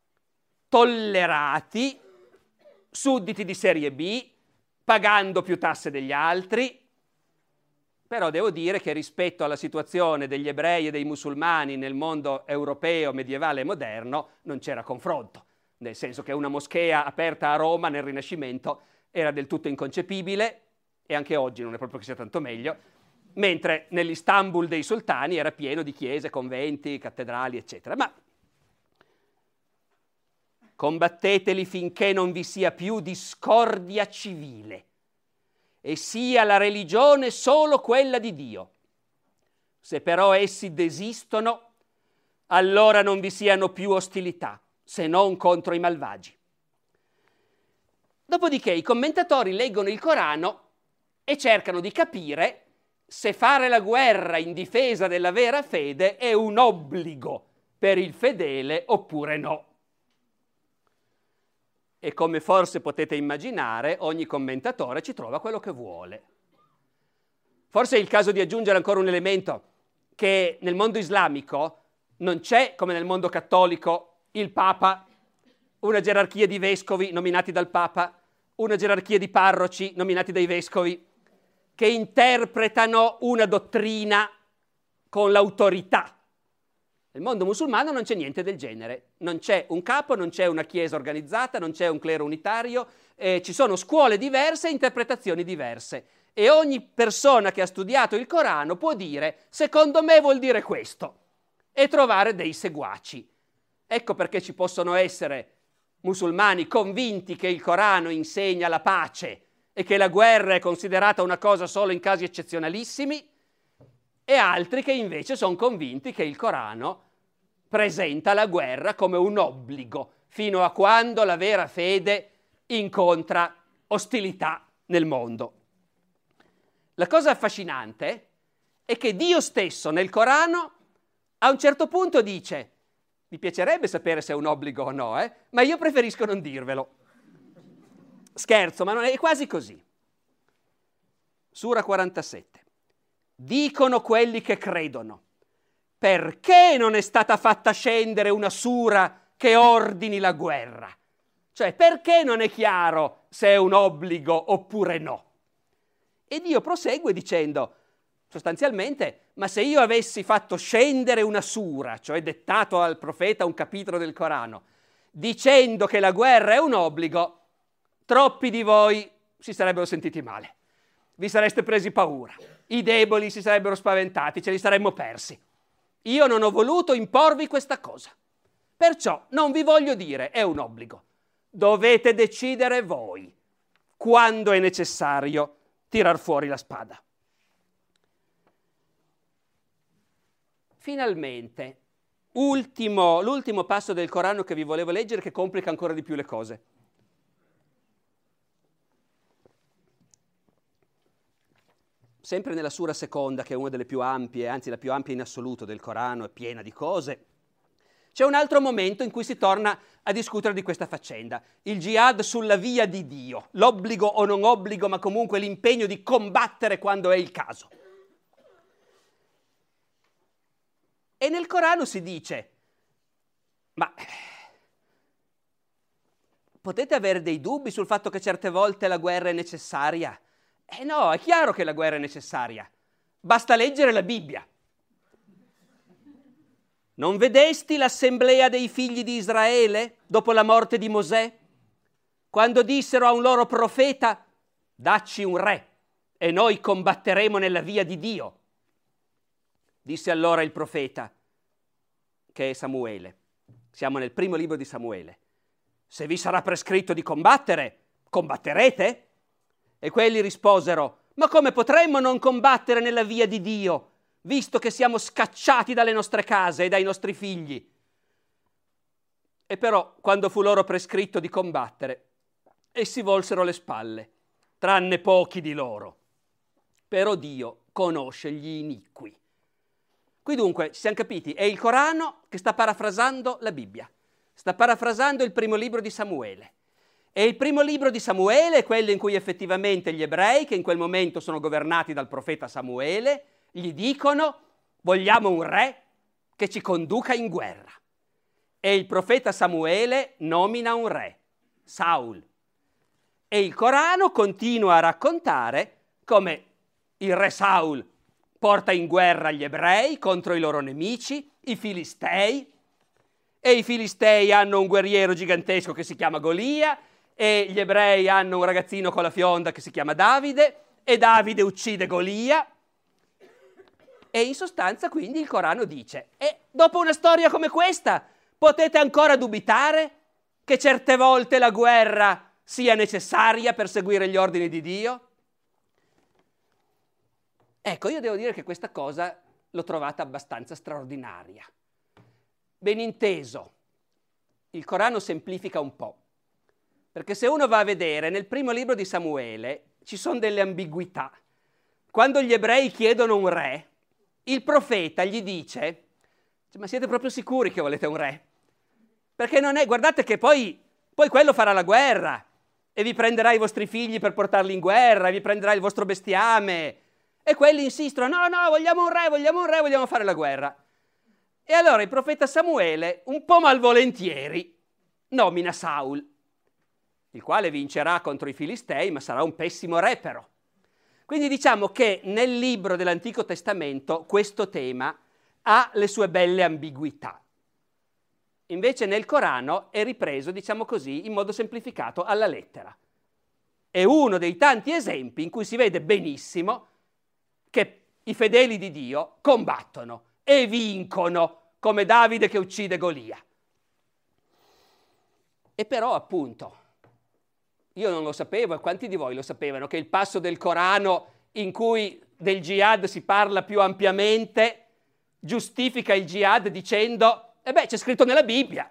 tollerati, sudditi di serie B, pagando più tasse degli altri. Però devo dire che rispetto alla situazione degli ebrei e dei musulmani nel mondo europeo, medievale e moderno, non c'era confronto. Nel senso che una moschea aperta a Roma nel Rinascimento era del tutto inconcepibile, e anche oggi non è proprio che sia tanto meglio, mentre nell'Istanbul dei sultani era pieno di chiese, conventi, cattedrali, eccetera. Ma combatteteli finché non vi sia più discordia civile e sia la religione solo quella di Dio. Se però essi desistono, allora non vi siano più ostilità, se non contro i malvagi. Dopodiché i commentatori leggono il Corano e cercano di capire se fare la guerra in difesa della vera fede è un obbligo per il fedele oppure no. E come forse potete immaginare, ogni commentatore ci trova quello che vuole. Forse è il caso di aggiungere ancora un elemento, che nel mondo islamico non c'è, come nel mondo cattolico, il Papa, una gerarchia di vescovi nominati dal Papa, una gerarchia di parroci nominati dai vescovi, che interpretano una dottrina con l'autorità. Nel mondo musulmano non c'è niente del genere, non c'è un capo, non c'è una chiesa organizzata, non c'è un clero unitario, ci sono scuole diverse e interpretazioni diverse e ogni persona che ha studiato il Corano può dire secondo me vuol dire questo e trovare dei seguaci. Ecco perché ci possono essere musulmani convinti che il Corano insegna la pace e che la guerra è considerata una cosa solo in casi eccezionalissimi, e altri che invece sono convinti che il Corano presenta la guerra come un obbligo, fino a quando la vera fede incontra ostilità nel mondo. La cosa affascinante è che Dio stesso nel Corano a un certo punto dice: mi piacerebbe sapere se è un obbligo o no, ma io preferisco non dirvelo. Scherzo, ma non è quasi così. Sura 47. Dicono quelli che credono: perché non è stata fatta scendere una sura che ordini la guerra? Cioè, perché non è chiaro se è un obbligo oppure no? E Dio prosegue dicendo, sostanzialmente, ma se io avessi fatto scendere una sura, cioè dettato al profeta un capitolo del Corano, dicendo che la guerra è un obbligo, troppi di voi si sarebbero sentiti male. Vi sareste presi paura. I deboli si sarebbero spaventati, ce li saremmo persi. Io non ho voluto imporvi questa cosa. Perciò non vi voglio dire è un obbligo. Dovete decidere voi quando è necessario tirar fuori la spada. Finalmente, l'ultimo passo del Corano che vi volevo leggere, che complica ancora di più le cose. Sempre nella sura seconda, che è una delle più ampie, anzi la più ampia in assoluto del Corano, è piena di cose, c'è un altro momento in cui si torna a discutere di questa faccenda, il jihad sulla via di Dio, l'obbligo o non obbligo, ma comunque l'impegno di combattere quando è il caso. E nel Corano si dice, ma potete avere dei dubbi sul fatto che certe volte la guerra è necessaria? No, è chiaro che la guerra è necessaria. Basta leggere la Bibbia. Non vedesti l'assemblea dei figli di Israele dopo la morte di Mosè? Quando dissero a un loro profeta, dacci un re e noi combatteremo nella via di Dio. Disse allora il profeta, che è Samuele. Siamo nel primo libro di Samuele. Se vi sarà prescritto di combattere, combatterete? E quelli risposero, ma come potremmo non combattere nella via di Dio, visto che siamo scacciati dalle nostre case e dai nostri figli? E però, quando fu loro prescritto di combattere, essi volsero le spalle, tranne pochi di loro. Però Dio conosce gli iniqui. Qui dunque, ci siamo capiti, è il Corano che sta parafrasando la Bibbia, sta parafrasando il primo libro di Samuele. E il primo libro di Samuele è quello in cui effettivamente gli ebrei, che in quel momento sono governati dal profeta Samuele, gli dicono, vogliamo un re che ci conduca in guerra. E il profeta Samuele nomina un re, Saul. E il Corano continua a raccontare come il re Saul porta in guerra gli ebrei contro i loro nemici, i filistei, e i filistei hanno un guerriero gigantesco che si chiama Golia, e gli ebrei hanno un ragazzino con la fionda che si chiama Davide, e Davide uccide Golia. E in sostanza quindi il Corano dice, e dopo una storia come questa potete ancora dubitare che certe volte la guerra sia necessaria per seguire gli ordini di Dio? Ecco, io devo dire che questa cosa l'ho trovata abbastanza straordinaria. Ben inteso, il Corano semplifica un po', perché se uno va a vedere, nel primo libro di Samuele ci sono delle ambiguità. Quando gli ebrei chiedono un re, il profeta gli dice: ma siete proprio sicuri che volete un re? Perché non è, guardate che poi quello farà la guerra e vi prenderà i vostri figli per portarli in guerra, e vi prenderà il vostro bestiame. E quelli insistono: no, vogliamo un re, vogliamo fare la guerra. E allora il profeta Samuele, un po' malvolentieri, nomina Saul, il quale vincerà contro i Filistei, ma sarà un pessimo re però. Quindi diciamo che nel libro dell'Antico Testamento questo tema ha le sue belle ambiguità. Invece nel Corano è ripreso, diciamo così, in modo semplificato alla lettera. È uno dei tanti esempi in cui si vede benissimo che i fedeli di Dio combattono e vincono, come Davide che uccide Golia. E però, appunto, io non lo sapevo, e quanti di voi lo sapevano, che il passo del Corano in cui del jihad si parla più ampiamente giustifica il jihad dicendo: c'è scritto nella Bibbia.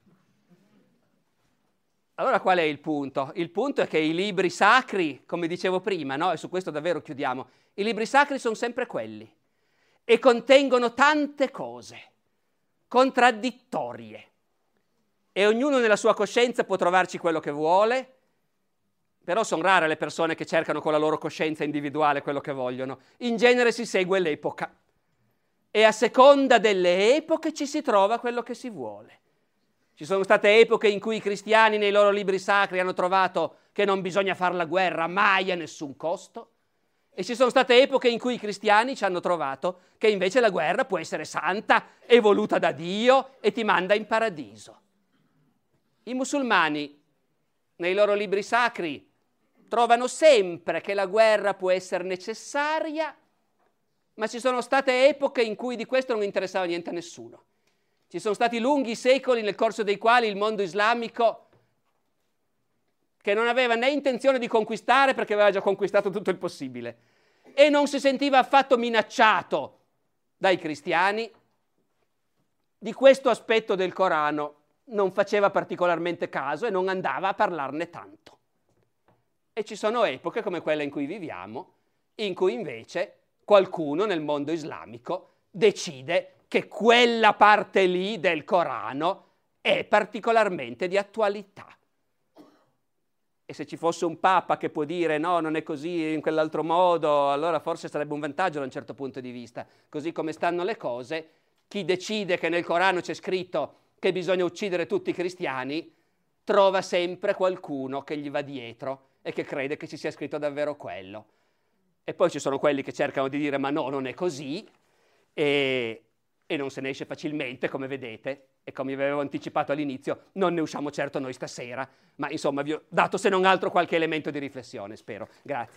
Allora qual è il punto? Il punto è che i libri sacri, come dicevo prima, no? E su questo davvero chiudiamo, i libri sacri sono sempre quelli e contengono tante cose contraddittorie e ognuno nella sua coscienza può trovarci quello che vuole, però sono rare le persone che cercano con la loro coscienza individuale quello che vogliono. In genere si segue l'epoca e a seconda delle epoche ci si trova quello che si vuole. Ci sono state epoche in cui i cristiani nei loro libri sacri hanno trovato che non bisogna fare la guerra mai a nessun costo, e ci sono state epoche in cui i cristiani ci hanno trovato che invece la guerra può essere santa e voluta da Dio e ti manda in paradiso. I musulmani nei loro libri sacri trovano sempre che la guerra può essere necessaria, ma ci sono state epoche in cui di questo non interessava niente a nessuno. Ci sono stati lunghi secoli nel corso dei quali il mondo islamico, che non aveva né intenzione di conquistare perché aveva già conquistato tutto il possibile, e non si sentiva affatto minacciato dai cristiani, di questo aspetto del Corano non faceva particolarmente caso e non andava a parlarne tanto. E ci sono epoche come quella in cui viviamo, in cui invece qualcuno nel mondo islamico decide che quella parte lì del Corano è particolarmente di attualità. E se ci fosse un Papa che può dire no, non è così, in quell'altro modo, allora forse sarebbe un vantaggio da un certo punto di vista. Così come stanno le cose, chi decide che nel Corano c'è scritto che bisogna uccidere tutti i cristiani, trova sempre qualcuno che gli va dietro e che crede che ci sia scritto davvero quello. E poi ci sono quelli che cercano di dire ma no, non è così, e non se ne esce facilmente, come vedete, e come vi avevo anticipato all'inizio, non ne usciamo certo noi stasera, ma insomma vi ho dato se non altro qualche elemento di riflessione, spero. Grazie.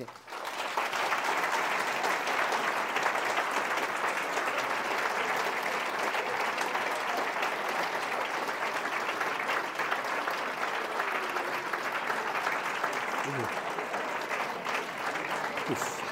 Uff.